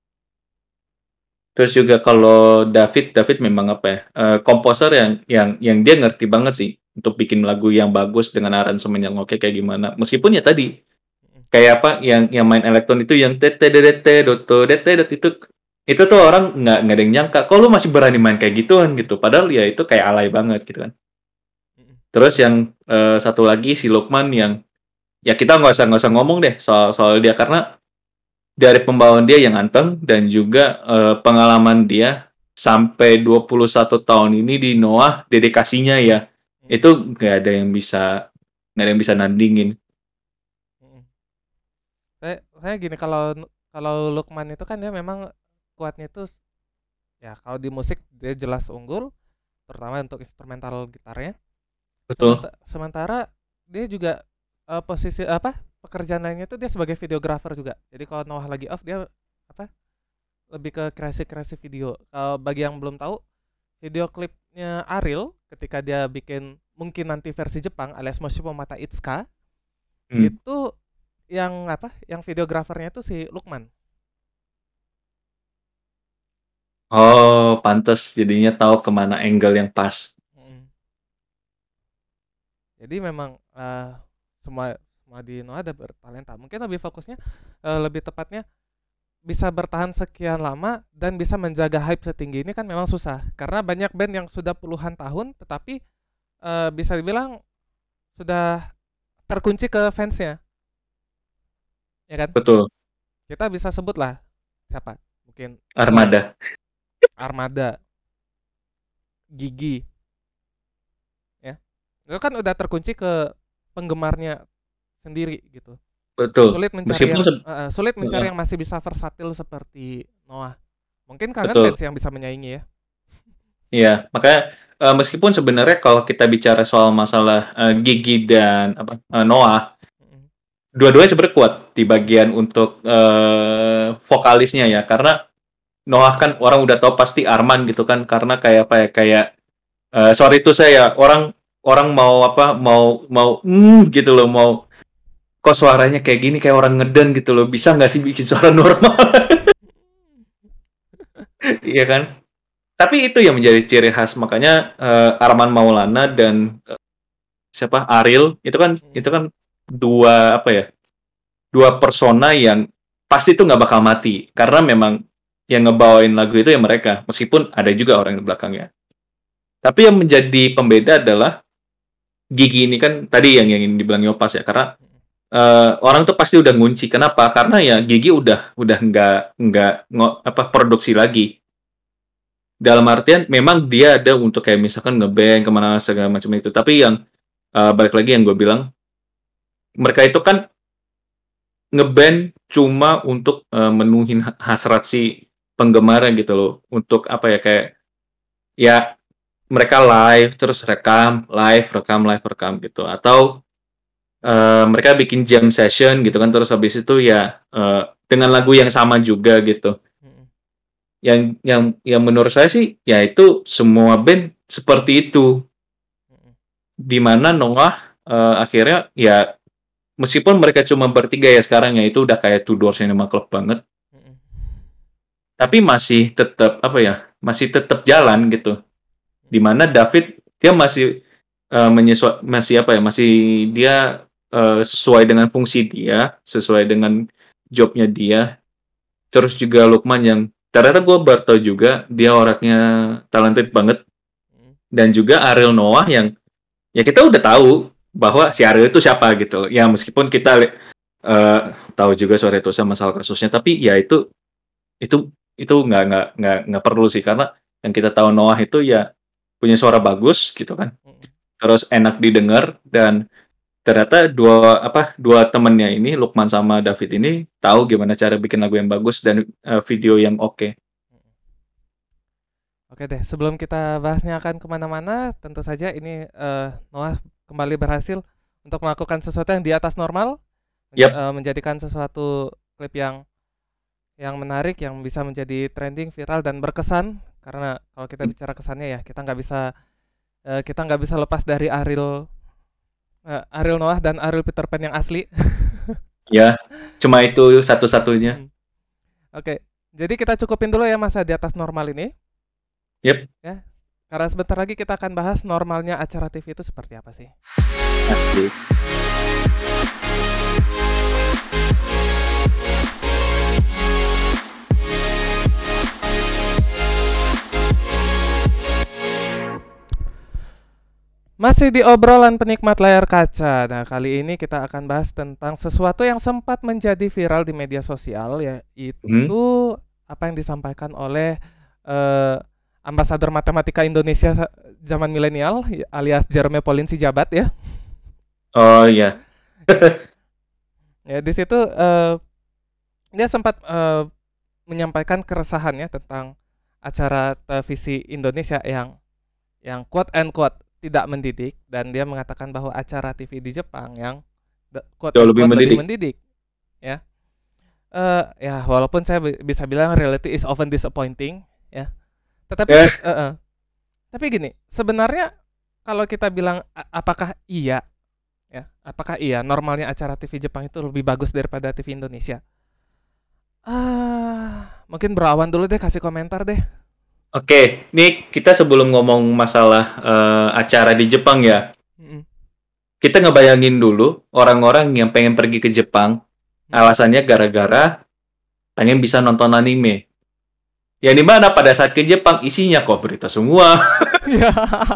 Terus juga kalau David, David memang apa ya, eee, komposer yang yang yang dia ngerti banget sih untuk bikin lagu yang bagus dengan aransemen yang oke kayak gimana. Meskipun ya tadi, Mm-mm. kayak apa, yang yang main elektron itu yang tetededetedotodetedot itu itu tuh orang nggak nggak ada yang nyangka, "Kok lu masih berani main kayak gituan?" Gitu. Padahal ya itu kayak alay banget gitu kan. Mm-mm. Terus yang, eee, satu lagi si Lukman yang ya kita nggak usah nggak usah ngomong deh soal soal dia karena dari pembawaan dia yang anteng dan juga eh, pengalaman dia sampai dua puluh satu tahun ini di Noah dedikasinya ya Mm-mm. itu nggak ada yang bisa nggak ada yang bisa nandingin. Mm-mm. Saya saya gini, kalau kalau Lukman itu kan dia memang kuatnya itu ya kalau di musik dia jelas unggul, terutama untuk instrumental gitarnya. Betul, Sementa- sementara dia juga eh, posisi apa pekerjaan lainnya itu dia sebagai videografer juga. Jadi kalau Noah lagi off dia apa lebih ke kreasi-kreasi video. Kalau bagi yang belum tahu, video klipnya Ariel ketika dia bikin mungkin nanti versi Jepang alias Moshimo Mata Itsuka hmm. itu yang apa? Yang videografernya itu si Lukman. Oh pantes jadinya tahu kemana angle yang pas. Mm. Jadi memang eh, semua semua di Noah ada bertalenta. Mungkin lebih fokusnya eh, lebih tepatnya bisa bertahan sekian lama dan bisa menjaga hype setinggi ini kan memang susah karena banyak band yang sudah puluhan tahun tetapi eh, bisa dibilang sudah terkunci ke fansnya, ya kan? Betul, Kita bisa sebut lah siapa? Mungkin Slide, Armada. Armada, Gigi, ya. Itu kan udah terkunci ke penggemarnya sendiri gitu. betul. Sulit mencari Meskipun yang seb heeh, sulit mencari heeh, yang masih bisa versatil seperti Noah. Mungkin kangen betul. Bench yang bisa menyaingi ya. Iya, makanya, eee, meskipun sebenarnya kalau kita bicara soal masalah, eee, Gigi dan apa, eee, Noah, Mhm, dua-duanya sebenarnya kuat di bagian untuk, eee, vokalisnya ya, karena Noah kan orang udah tahu pasti Arman gitu kan, karena kayak apa ya, kayak, eee, sorry to say ya, orang orang mau apa, mau mau, mmm, gitu loh, mau kok suaranya kayak gini, kayak orang ngeden gitu loh, bisa nggak sih bikin suara normal? Iya kan? Tapi itu yang menjadi ciri khas, makanya, eee, Arman Maulana dan, eee, siapa, Ariel, itu kan mhm, itu kan dua apa ya, dua persona yang pasti itu nggak bakal mati, karena memang yang ngebawain lagu itu ya mereka, meskipun ada juga orang di belakangnya. Tapi yang menjadi pembeda adalah Gigi ini kan tadi yang yang dibilang Yopas ya, karena, mhm, eee, orang tuh pasti udah ngunci. Kenapa? Karena ya Gigi udah udah nggak nggak ngo apa, produksi lagi. Dalam artian memang dia ada untuk kayak misalkan nge-band ke mana segala macam itu, tapi yang, eee, balik lagi yang gue bilang, mereka itu kan nge-band cuma untuk, eee, menuhin ha hasrat si penggemarnya gitu loh, untuk apa ya, kayak ya mereka live, terus rekam, live, rekam, live, rekam gitu. Atau, eee, mereka bikin jam session gitu kan, terus habis itu ya, eee, dengan lagu yang sama juga gitu. mhm, Yang yang yang menurut saya sih, ya itu semua band seperti itu. mhm, Di mana Noah, eee, akhirnya ya meskipun mereka cuma bertiga ya sekarang ya, itu udah kayak Two Door Cinema Club banget, mhm, tapi masih tetap apa ya, masih tetap jalan gitu. Di mhm, mana David dia masih, eee, menyesua masih apa ya, masih dia, eee, sesuai dengan fungsi dia, sesuai dengan job-nya dia. Terus juga Lukman yang ternyata gue baru tahu juga dia orangnya talented banget, mhm, dan juga Ariel Noah yang ya kita udah tahu bahwa si Ariel itu siapa gitu. Ya meskipun kita eee, tahu juga sore itu sama masalah kasusnya, tapi ya itu itu itu nggak nggak nggak nggak perlu sih, karena yang kita tahu Noah itu ya punya suara bagus gitu kan, mhm. terus enak didengar, dan ternyata dua apa, dua temennya ini, Lukman sama David ini tahu gimana cara bikin lagu yang bagus dan, eee, video yang oke. Oke deh, sebelum kita bahasnya akan kemana-mana, tentu saja ini eh, Noah kembali berhasil untuk melakukan sesuatu yang di atas normal, men- Yap, eh, menjadikan sesuatu klip yang yang menarik, yang bisa menjadi trending, viral dan berkesan. Karena kalau kita bicara kesannya ya, kita nggak bisa eh, kita nggak bisa lepas dari Ariel eh, Ariel Noah dan Ariel Peter Pan yang asli. ya, cuma itu satu-satunya. Mm. Oke, jadi kita cukupin dulu ya masa di atas normal ini, Yap, ya. Karena sebentar lagi kita akan bahas normalnya acara T V itu seperti apa sih. asli. Masih di obrolan penikmat layar kaca. Nah, kali ini kita akan bahas tentang sesuatu yang sempat menjadi viral di media sosial, Mhm. yaitu apa yang disampaikan oleh eh, ambasador matematika Indonesia sa- zaman milenial y- alias Jerome Pauline si jabat ya. Oh iya, Ya, di situ eh, dia sempat eh, menyampaikan keresahannya tentang acara televisi Indonesia yang yang quote and quote tidak mendidik, dan dia mengatakan bahwa acara T V di Jepang yang the- quote jauh and lebih quote lebih mendidik. mendidik ya. Eh ya walaupun saya bi- bisa bilang reality is often disappointing ya, tetapi Eh, se- eh, eh. tapi gini, sebenarnya kalau kita bilang a- apakah iya ya, apakah iya normalnya acara T V Jepang itu lebih bagus daripada T V Indonesia? Ah, mungkin berawan dulu deh, kasih komentar deh. oke, nih kita sebelum ngomong masalah, eee, acara di Jepang ya, Mm-mm, kita ngebayangin dulu orang-orang yang pengen pergi ke Jepang, mm-mm. alasannya gara-gara pengen bisa nonton anime. Yang di mana pada saat ke Jepang isinya kok berita semua, Ya.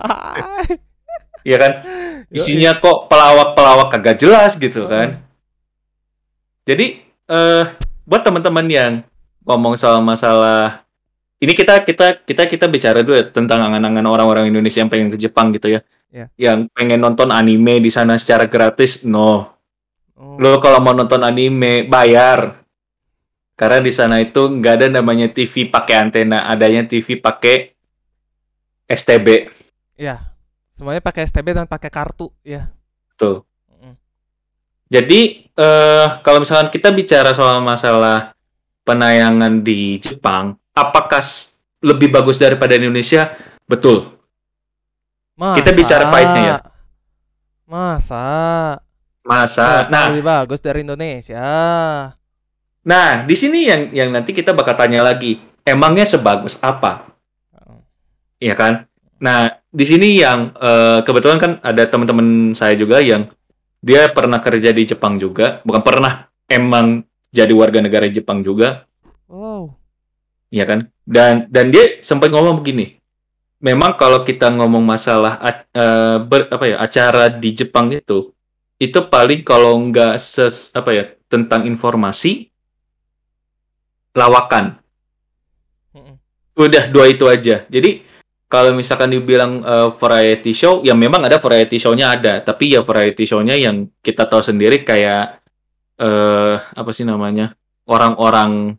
ya kan? Isinya Yoi. kok pelawak-pelawak kagak jelas gitu Heeh. kan. Jadi, eh buat teman-teman yang ngomong soal masalah ini, kita kita kita kita bicara dulu ya tentang angan-angan orang-orang Indonesia yang pengen ke Jepang gitu ya. Ya. Yang pengen nonton anime di sana secara gratis, no. Oh. Lo kalau mau nonton anime bayar. Karena di sana itu nggak ada namanya T V pakai antena, adanya T V pakai S T B. Ya, semuanya pakai S T B dan pakai kartu, ya. Tuh. Mm. Jadi eh kalau misalkan kita bicara soal masalah penayangan di Jepang, apakah s- lebih bagus daripada Indonesia? Betul. Kita Masa? bicara pahitnya ya. Masa? Masa. Jepang Nah, lebih bagus dari Indonesia. nah di sini yang yang nanti kita bakal tanya lagi. Emangnya sebagus apa? Iya kan? Nah, di sini yang eh, kebetulan kan ada teman-teman saya juga yang dia pernah kerja di Jepang juga, bukan pernah, emang jadi warga negara Jepang juga, Wow. ya kan? Dan dan dia sempat ngomong begini, memang kalau kita ngomong masalah a- eh, ber- apa ya acara di Jepang itu, itu paling kalau nggak ses apa ya tentang informasi, lawakan, Mm-mm. udah dua itu aja. Jadi kalau misalkan dibilang eh, variety show, ya memang ada variety show-nya ada, tapi ya variety show-nya yang kita tahu sendiri kayak eh apa sih namanya orang-orang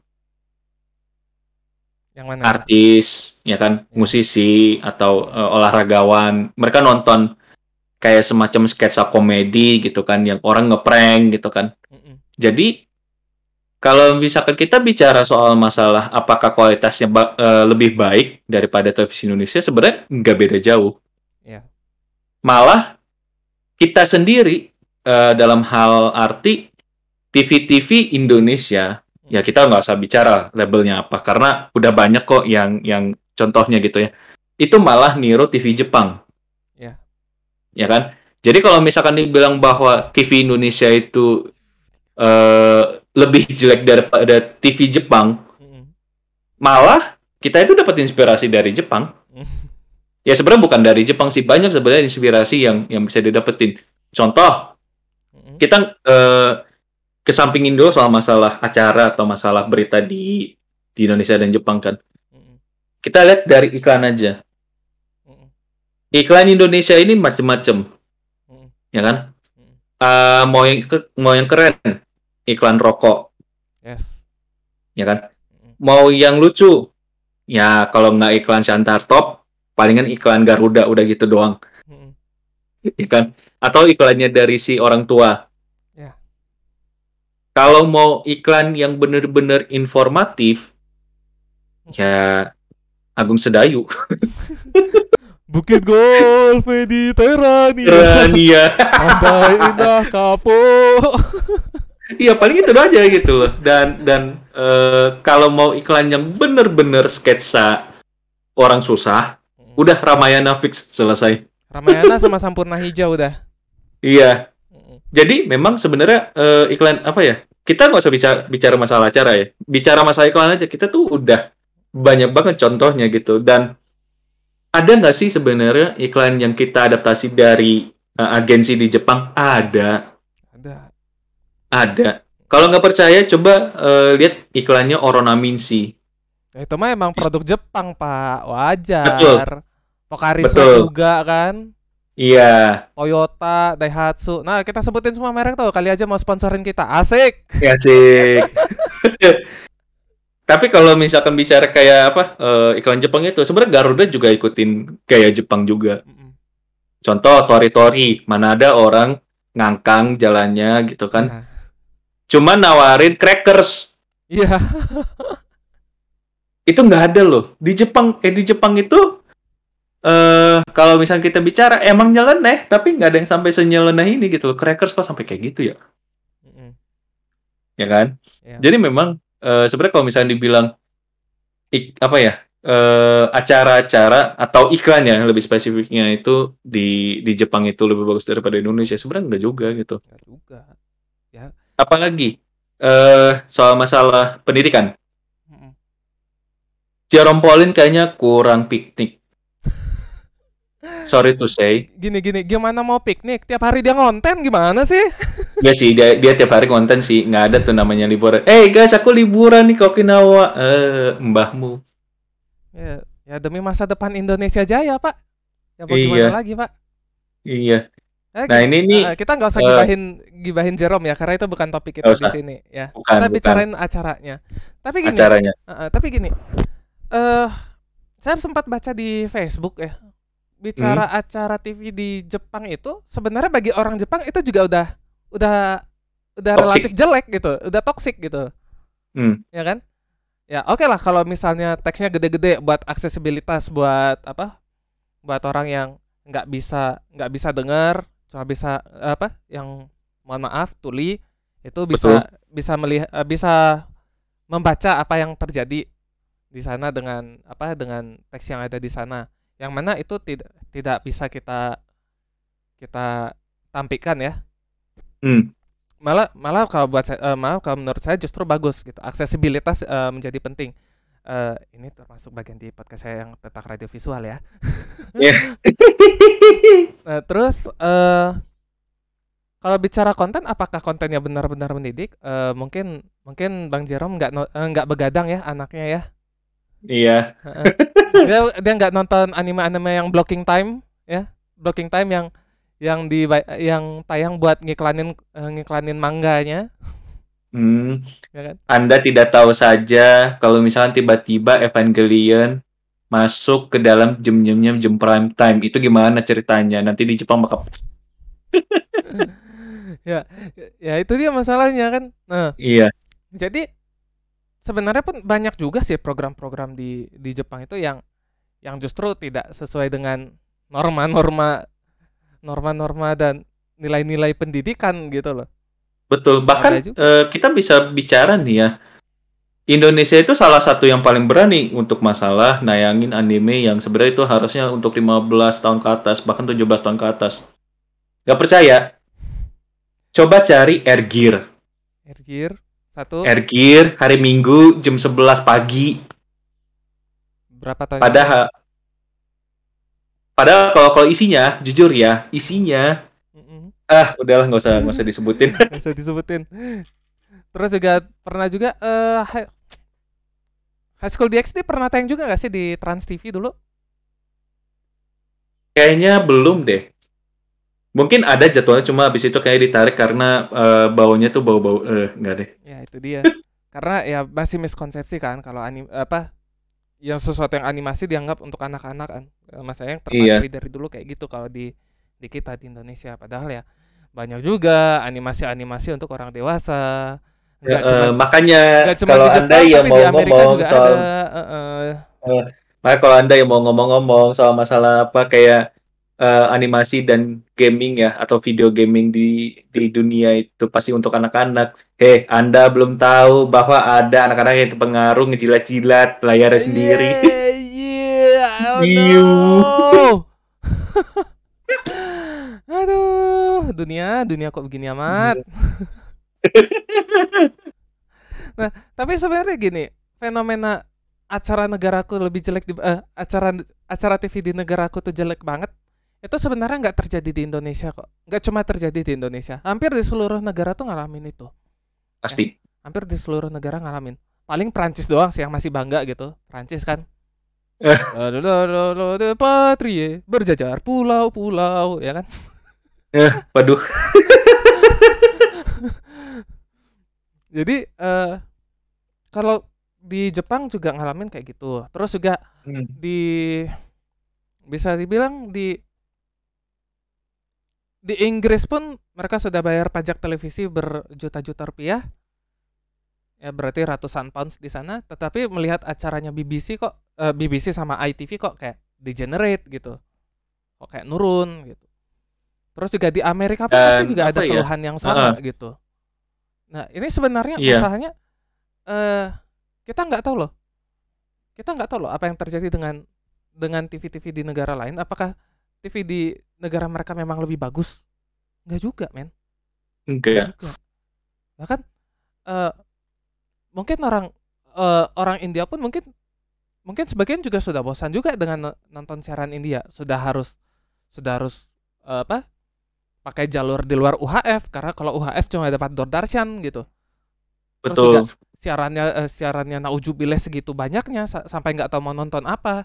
Yang mana yang mana? artis ya kan Ya. musisi atau Mm-mm. eh, olahragawan mereka nonton kayak semacam sketsa komedi gitu kan yang orang ngeprank gitu kan Mm-mm. jadi kalau misalkan kita bicara soal masalah apakah kualitasnya ba- eh, lebih baik daripada televisi Indonesia sebenarnya nggak beda jauh Ya. malah kita sendiri eh, dalam hal arti T V-T V Indonesia, ya Mm-mm. kita nggak usah bicara labelnya apa, karena udah banyak kok yang yang contohnya gitu ya. Itu malah niru T V Jepang, Ya. ya kan? Jadi kalau misalkan dibilang bahwa T V Indonesia itu eh, lebih jelek daripada T V Jepang, Mm-mm. malah kita itu dapat inspirasi dari Jepang. Ya sebenarnya bukan dari Jepang sih, banyak sebenarnya inspirasi yang yang bisa didapetin. Contoh, Mm-mm. kita eh, kesampingin dulu soal masalah acara atau masalah berita di di Indonesia dan Jepang kan. Mm-mm. Kita lihat dari iklan aja. Mm-mm. Iklan Indonesia ini macem-macem, Mm-mm. ya kan? Mm-mm. Uh, mau yang ke- mau yang keren, iklan rokok, Yes. ya kan? Mm-mm. Mau yang lucu, ya kalau nggak iklan Shantar Top, palingan iklan Garuda udah gitu doang, Mm-mm. ya kan? Atau iklannya dari si orang tua. Ya. Kalau mau iklan yang bener-bener informatif, Mm-mm. ya Agung Sedayu. Bukit Golf Mediterania. Keren, iya. Pantai indah kapok. Iya paling itu aja gitu loh. Dan dan eh, kalau mau iklan yang bener-bener sketsa orang susah, Mm. udah Ramayana fix selesai. Ramayana sama Sampurna Hijau udah. Iya. Mm-mm. Jadi memang sebenarnya eh, iklan apa ya? Kita nggak usah bicara, bicara masalah acara ya. Bicara masalah iklan aja kita tuh udah banyak banget contohnya gitu. Dan ada nggak sih sebenarnya iklan yang kita adaptasi dari eh, agensi di Jepang? Ada, Ada. ada. Kalau nggak percaya, coba eh, lihat iklannya Oronaminsi. Ya, itu mah emang produk Jepang, Pak. Betul, Wajar. Pocari Sweat betul. juga kan. Iya, Toyota, Daihatsu. Nah, kita sebutin semua merek tuh. Kali aja mau sponsorin kita. Asik. ya sih. Tapi kalau misalkan bicara kayak apa eh, iklan Jepang itu, sebenarnya Garuda juga ikutin gaya Jepang juga. Mm-mm. Contoh Tori Tori, mana ada orang ngangkang jalannya gitu kan? Nah, Cuma nawarin crackers, iya. itu nggak ada loh. Di Jepang, eh di Jepang itu eh kalau misalnya kita bicara emang nyeleneh, tapi nggak ada yang sampai senyeleneh ini gitu loh. Crackers kok sampai kayak gitu ya, Mm-mm. ya kan? Iya. Jadi memang eh, sebenarnya kalau misalnya dibilang ik, apa ya eh, acara-acara atau iklan ya lebih spesifiknya itu di di Jepang itu lebih bagus daripada Indonesia sebenarnya enggak juga gitu Enggak juga. Ya. apalagi eh soal masalah pendidikan Mm-mm. Jerome Pauline kayaknya kurang piknik sorry to say Gini-gini, gimana mau piknik? Tiap hari dia ngonten gimana sih? ya sih dia, dia tiap hari konten sih nggak ada tuh namanya liburan eh hey guys aku liburan nih ke Okinawa eh mbahmu Ya, ya demi masa depan Indonesia Jaya, Pak. Ya mau gimana iya lagi, Pak? iya Eh, Nah gini, ini nih eh, kita nggak usah eh, gibahin gibahin Jerome ya, karena itu bukan topik nggak kita di usah, sini ya. bukan Kita bukan bicarain acaranya. Tapi gini, acaranya. eh, eh, tapi gini, eh saya sempat baca di Facebook ya, Hmm, bicara acara T V di Jepang itu sebenarnya bagi orang Jepang itu juga udah udah udah relatif toxic. jelek gitu, udah toxic gitu, Hmm, ya kan? Ya oke lah kalau misalnya teksnya gede-gede buat aksesibilitas buat apa? Buat orang yang nggak bisa nggak bisa dengar, cuma bisa apa? Yang mohon maaf tuli itu betul. bisa bisa melihat bisa membaca apa yang terjadi di sana dengan apa dengan teks yang ada di sana. Yang mana itu tidak tidak bisa kita kita tampilkan ya. Hmm, Malah malah kalau buat saya, eh, malah kalau menurut saya justru bagus gitu. Aksesibilitas eh, menjadi penting. Eh, ini termasuk bagian di podcast saya yang tentang radio visual ya. ya. Nah, terus eh kalau bicara konten, apakah kontennya benar-benar mendidik? Eh, mungkin mungkin Bang Jerome nggak no- eh, nggak begadang ya anaknya ya. Iya, Heeh. Dia dia nggak nonton anime-anime yang blocking time ya, blocking time yang yang di yang tayang buat ngiklanin eh, ngiklanin mangganya, hmm. ya kan? Anda tidak tahu saja kalau misalnya tiba-tiba Evangelion masuk ke dalam jam-jamnya jam prime time itu gimana ceritanya? Nanti di Jepang bakal Ya, ya itu dia masalahnya kan. Nah, iya, jadi sebenarnya pun banyak juga sih program-program di di Jepang itu yang yang justru tidak sesuai dengan norma-norma norma-norma dan nilai-nilai pendidikan gitu loh. betul. Ada Bahkan juga. eh, kita bisa bicara nih ya, Indonesia itu salah satu yang paling berani untuk masalah nayangin anime yang sebenarnya itu harusnya untuk lima belas tahun ke atas, bahkan tujuh belas tahun ke atas. Gak percaya? Coba cari Air Gear. Erjir satu Air Gear hari Minggu jam sebelas pagi. berapa tahun yang lalu? Padahal padahal kalau kalau isinya, jujur ya, isinya Mm-mm. ah udahlah nggak usah nggak usah disebutin. Gak usah disebutin. Terus juga pernah juga eh Hi- High School D X D pernah tayang juga gak sih di Trans T V dulu? Kayaknya belum deh. Mungkin ada jadwalnya cuma habis itu kayak ditarik karena eh, baunya tuh bau-bau eh enggak deh. Ya itu dia. Karena ya masih miskonsepsi kan kalau anim apa yang sesuatu yang animasi dianggap untuk anak-anak kan. Eh, Mas saya yang Iya. terpatri dari dulu kayak gitu kalau di di kita di Indonesia. Padahal ya banyak juga animasi-animasi untuk orang dewasa. Ya, Nggak eh, cuman makanya nggak cuman kalau di Anda Jepang yang tapi di mau Amerika ngomong juga soal ada. Eh, eh. eh, makanya kalau Anda yang mau ngomong-ngomong soal masalah apa kayak eh, animasi dan gaming ya atau video gaming di di dunia itu pasti untuk anak-anak. Heh, Anda belum tahu bahwa ada anak-anak yang terpengaruh ngejilat-jilat layarnya sendiri. Yeah, yeah, oh Iu. no. Aduh, dunia, dunia kok begini amat. Nah, tapi sebenarnya gini, fenomena acara negaraku lebih jelek di eh, acara acara T V di negaraku tuh jelek banget. Itu sebenarnya nggak terjadi di Indonesia kok. Nggak cuma terjadi di Indonesia. Hampir di seluruh negara tuh ngalamin itu. Ya, Pasti. hampir di seluruh negara ngalamin. Paling Prancis doang sih yang masih bangga gitu. Prancis kan. Patrie berjajar pulau-pulau ya kan. Eh, waduh. Jadi eh kalau di Jepang juga ngalamin kayak gitu. Terus juga Hmm. di bisa dibilang di di Inggris pun mereka sudah bayar pajak televisi berjuta-juta rupiah. Ya berarti ratusan pounds di sana, tetapi melihat acaranya B B C kok eh, B B C sama I T V kok kayak degenerate gitu. Kok kayak nurun gitu. Terus juga di Amerika pun pasti Dan juga ada apa ya? keluhan yang Heeh, sama gitu. Nah, ini sebenarnya iya. masalahnya eh kita nggak tahu loh. Kita nggak tahu loh apa yang terjadi dengan dengan T V-T V di negara lain. Apakah T V di negara mereka memang lebih bagus? Nggak juga, men. Nggak Enggak. juga. Bahkan eh mungkin orang eh, orang India pun mungkin mungkin sebagian juga sudah bosan juga dengan no- nonton siaran India. Sudah harus sudah harus eh, apa? Pakai jalur di luar U H F karena kalau U H F cuma dapat Doordarshan gitu. Terus juga Betul. siarannya eh, siarannya naujubileh segitu banyaknya sa- sampai nggak tahu mau nonton apa.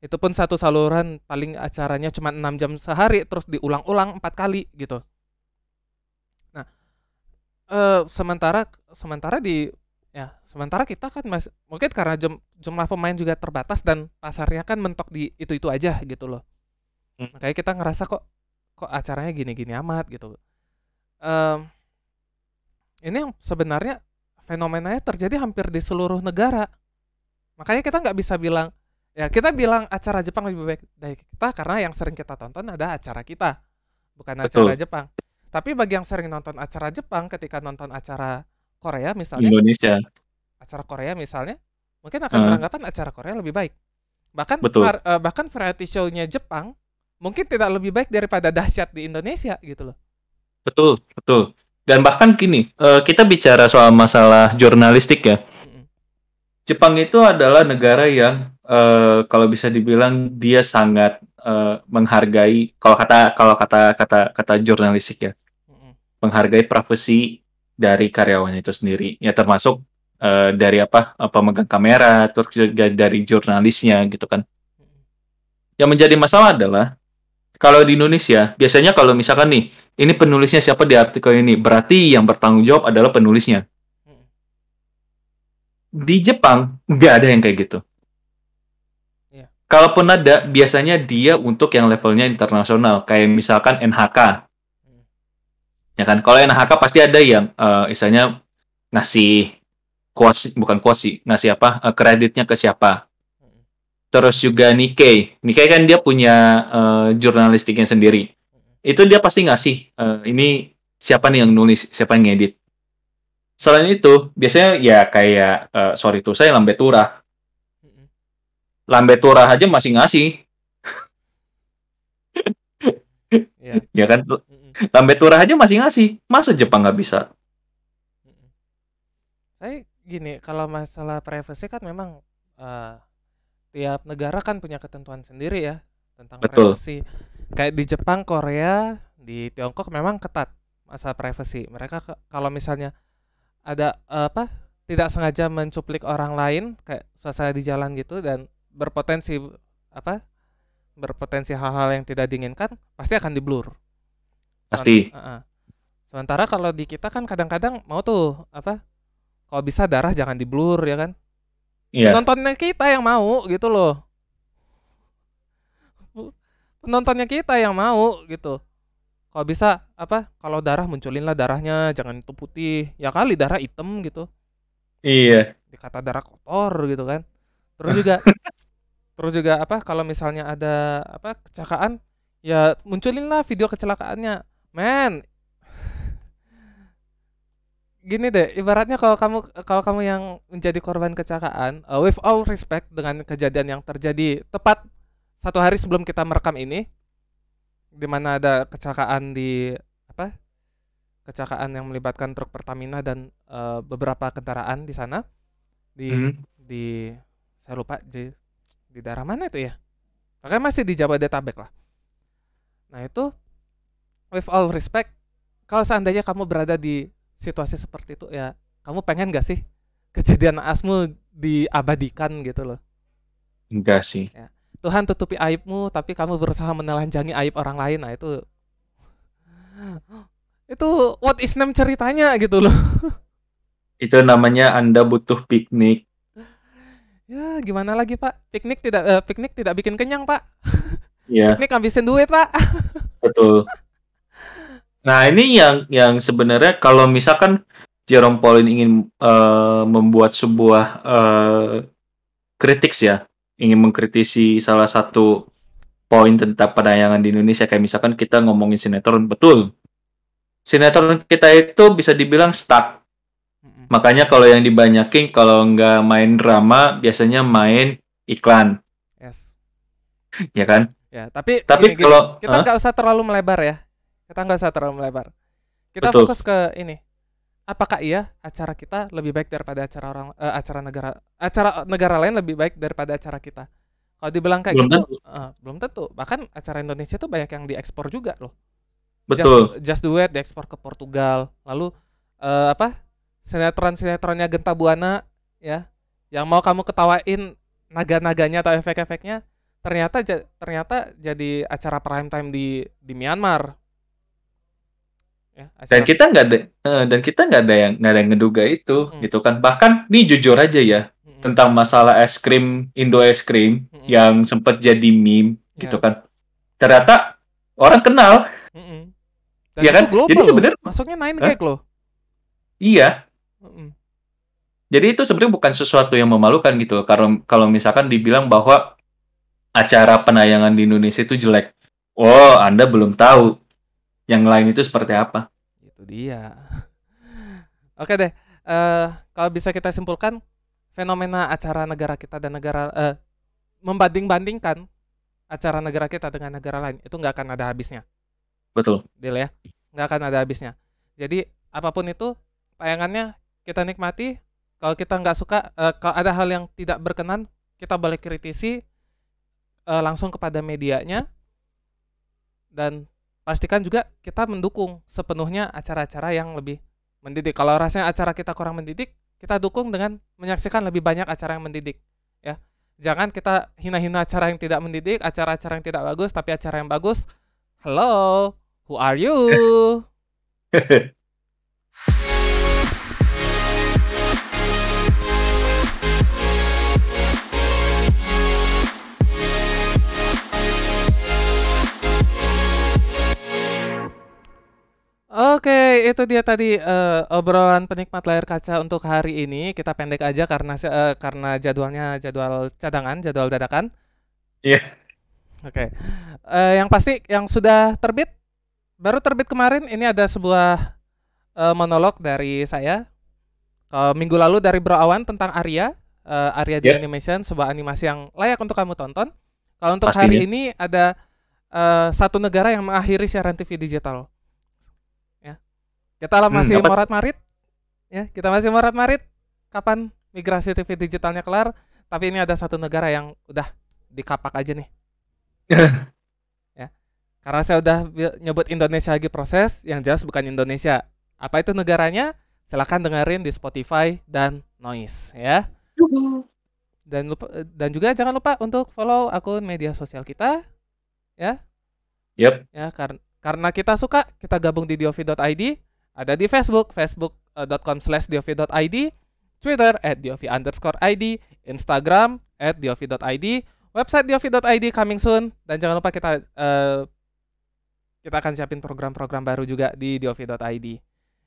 Itu pun satu saluran paling acaranya cuma enam jam sehari terus diulang-ulang empat kali gitu. Nah, eh, sementara sementara di ya sementara kita kan mas mungkin karena jum- jumlah pemain juga terbatas dan pasarnya kan mentok di itu-itu aja gitu loh. Hmm. Makanya kita ngerasa kok kok acaranya gini-gini amat gitu. Em, ini yang sebenarnya fenomenanya terjadi hampir di seluruh negara. Makanya kita nggak bisa bilang ya kita bilang acara Jepang lebih baik dari kita karena yang sering kita tonton ada acara kita, bukan acara Betul. Jepang. Tapi bagi yang sering nonton acara Jepang ketika nonton acara Korea misalnya, Indonesia. acara Korea misalnya, mungkin akan Heeh, beranggapan acara Korea lebih baik. Bahkan betul. var- eh, bahkan variety show-nya Jepang mungkin tidak lebih baik daripada dahsyat di Indonesia gitu loh. Betul, betul. Dan bahkan gini, eh, kita bicara soal masalah jurnalistik ya. Mm-mm. Jepang itu adalah negara yang eh, kalau bisa dibilang dia sangat eh, menghargai kalau kata kalau kata kata kata jurnalistik ya, Mm-mm. menghargai profesi dari karyawannya itu sendiri. Ya termasuk eh, dari apa eh, pemegang kamera, terus juga dari jurnalisnya gitu kan. Mm-mm. Yang menjadi masalah adalah kalau di Indonesia, biasanya kalau misalkan nih, ini penulisnya siapa di artikel ini, berarti yang bertanggung jawab adalah penulisnya. Mm-mm. Di Jepang, nggak ada yang kayak gitu. Iya. Kalaupun ada, biasanya dia untuk yang levelnya internasional, kayak misalkan N H K. Mm-mm. Ya kan, kalau N H K pasti ada yang uh, istilahnya ngasih kuasi, bukan kuasi, ngasih apa, uh, kreditnya ke siapa. Mm-mm. Terus juga Nikkei. Nikkei kan dia punya uh, jurnalistiknya sendiri. Mm-mm. Itu dia pasti ngasih, uh, ini siapa nih yang nulis, siapa yang ngedit. Selain itu, biasanya ya kayak, uh, sorry tuh, saya Lambe Turah. Mm-mm. Lambe Turah aja masih ngasih, Iya. ya kan? Mm-mm. Lambe Turah aja masih ngasih. Masa Jepang nggak bisa? Mm-mm. Saya gini, kalau masalah privacy kan memang eh, tiap negara kan punya ketentuan sendiri ya tentang Betul. privacy. Kayak di Jepang, Korea, di Tiongkok memang ketat masalah privacy. Mereka ke- kalau misalnya ada eh, apa tidak sengaja mencuplik orang lain kayak suasana di jalan gitu dan berpotensi apa berpotensi hal-hal yang tidak diinginkan pasti akan diblur. Semen- Pasti. uh -uh. Sementara kalau di kita kan kadang-kadang mau tuh apa kalau bisa darah jangan diblur ya kan. Iya. Penontonnya kita yang mau gitu loh. Penontonnya kita yang mau gitu. Kalau bisa apa kalau darah munculinlah darahnya jangan itu putih. Ya kali darah hitam gitu. Iya. Dikata darah kotor gitu kan. Terus juga terus juga apa kalau misalnya ada apa kecelakaan ya munculinlah video kecelakaannya. Men, gini deh, ibaratnya kalau kamu kalau kamu yang menjadi korban kecelakaan, uh, with all respect dengan kejadian yang terjadi tepat satu hari sebelum kita merekam ini, di mana ada kecelakaan di apa? Kecelakaan yang melibatkan truk Pertamina dan uh, beberapa kendaraan di sana di Hmm. di saya lupa di, di daerah mana itu ya? Makanya masih di Jabodetabek lah. Nah itu with all respect, kalau seandainya kamu berada di situasi seperti itu ya, kamu pengen gak sih kejadian naasmu diabadikan gitu loh? Enggak sih. Ya. Tuhan tutupi aibmu, tapi kamu berusaha menelanjangi aib orang lain. Nah itu itu what is name ceritanya gitu loh. Itu namanya Anda butuh piknik. Ya gimana lagi pak? Piknik tidak eh, piknik tidak bikin kenyang pak. Iya, Piknik ngabisin duit pak. betul. Nah, ini yang yang sebenarnya kalau misalkan Jerome Pauline ingin eh, membuat sebuah eh, kritik ya, ingin mengkritisi salah satu poin tentang penayangan di Indonesia, kayak misalkan kita ngomongin sinetron, betul. Sinetron kita itu bisa dibilang stuck. Mm-mm. Makanya kalau yang dibanyakin, kalau nggak main drama, biasanya main iklan, Yes. ya kan? Ya tapi Tapi gini gini, kalau, kita Hah? nggak usah terlalu melebar ya. Kita nggak usah terlalu melebar. Kita Betul, fokus ke ini. Apakah iya acara kita lebih baik daripada acara orang eh, acara negara acara negara lain lebih baik daripada acara kita? Kalau dibilang kayak belum gitu, tentu. eh, belum tentu. Bahkan acara Indonesia tuh banyak yang diekspor juga loh. Just Betul, Just Do It diekspor ke Portugal. Lalu eh, apa? Sinetron-sinetronnya Genta Buana ya, yang mau kamu ketawain naga-naganya atau efek-efeknya, ternyata ja- ternyata jadi acara prime time di di Myanmar. Ya, Dan acara. kita nggak ada eh, dan kita nggak ada yang nggak ada yang ngeduga itu Mm-mm, gitu kan. Bahkan nih jujur aja ya mm-mm, tentang masalah es krim Indo es krim mm-mm, yang sempat jadi meme gitu ya, kan. Ternyata orang kenal, mm-mm. Dan ya itu kan? Jadi global loh, sebenarnya masuknya nine Hah? gag loh. Iya. Mm-mm, Jadi itu sebenarnya bukan sesuatu yang memalukan gitu loh. Kalau kalau misalkan dibilang bahwa acara penayangan di Indonesia itu jelek. Oh, Anda belum tahu yang lain itu seperti apa. itu dia. Oke deh, eh kalau bisa kita simpulkan fenomena acara negara kita dan negara eh, membanding-bandingkan acara negara kita dengan negara lain itu nggak akan ada habisnya, Betul. deal ya, nggak akan ada habisnya. Jadi apapun itu tayangannya kita nikmati. Kalau kita nggak suka, eh, kalau ada hal yang tidak berkenan, kita boleh kritisi eh, langsung kepada medianya dan pastikan juga kita mendukung sepenuhnya acara-acara yang lebih mendidik. Kalau rasanya acara kita kurang mendidik, kita dukung dengan menyaksikan lebih banyak acara yang mendidik, ya. Jangan kita hina-hina acara yang tidak mendidik, acara-acara yang tidak bagus, tapi acara yang bagus. Hello, who are you? Oke, itu dia tadi eh, obrolan penikmat layar kaca untuk hari ini. Kita pendek aja karena se- eh, karena jadwalnya jadwal cadangan, jadwal dadakan. Iya. Oke. Eh, yang pasti yang sudah terbit, baru terbit kemarin ini ada sebuah eh, monolog dari saya. Kalau minggu lalu dari Bro Awan tentang Arya, eh, Arya the Ya, Animation, sebuah animasi yang layak untuk kamu tonton. Kalau untuk pastinya. hari ini ada eh, satu negara yang mengakhiri siaran T V digital. Ya. Kita lah Hmm, masih apa? morat-marit, ya. Kita masih morat-marit. Kapan migrasi T V digitalnya kelar? Tapi ini ada satu negara yang udah dikapak aja nih. Ya. Karena saya udah bi- nyebut Indonesia lagi proses, yang jelas bukan Indonesia. Apa itu negaranya? Silahkan dengerin di Spotify dan Noise, ya. Yuhu. Dan lupa, dan juga jangan lupa untuk follow akun media sosial kita, ya. Yep. Ya, karena karena kita suka, kita gabung di diovi dot i d, ada di Facebook, facebook dot com slash diovi dot i d, Twitter at diovi underscore id, Instagram at diovi dot i d, website diovi dot i d coming soon, dan jangan lupa kita eh, kita akan siapin program-program baru juga di diovi dot i d.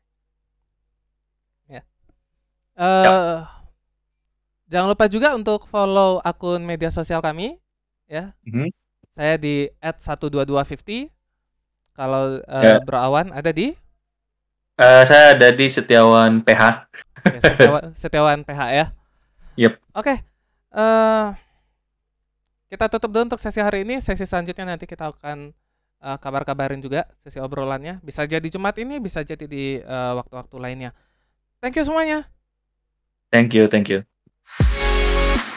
Ya. Yap. Eh, jangan lupa juga untuk follow akun media sosial kami, ya. Mhm. Saya di at satu dua dua lima puluh. Kalau eh, Ya. Bro Awan ada di Eh, saya ada di Setiawan P H. Oke, Setiawan, Setiawan P H ya. Yep. Oke. eh kita tutup dulu untuk sesi hari ini. Sesi selanjutnya nanti kita akan eh, kabar-kabarin juga sesi obrolannya. Bisa jadi Jumat ini, bisa jadi di eh, waktu-waktu lainnya. Thank you semuanya. Thank you, thank you.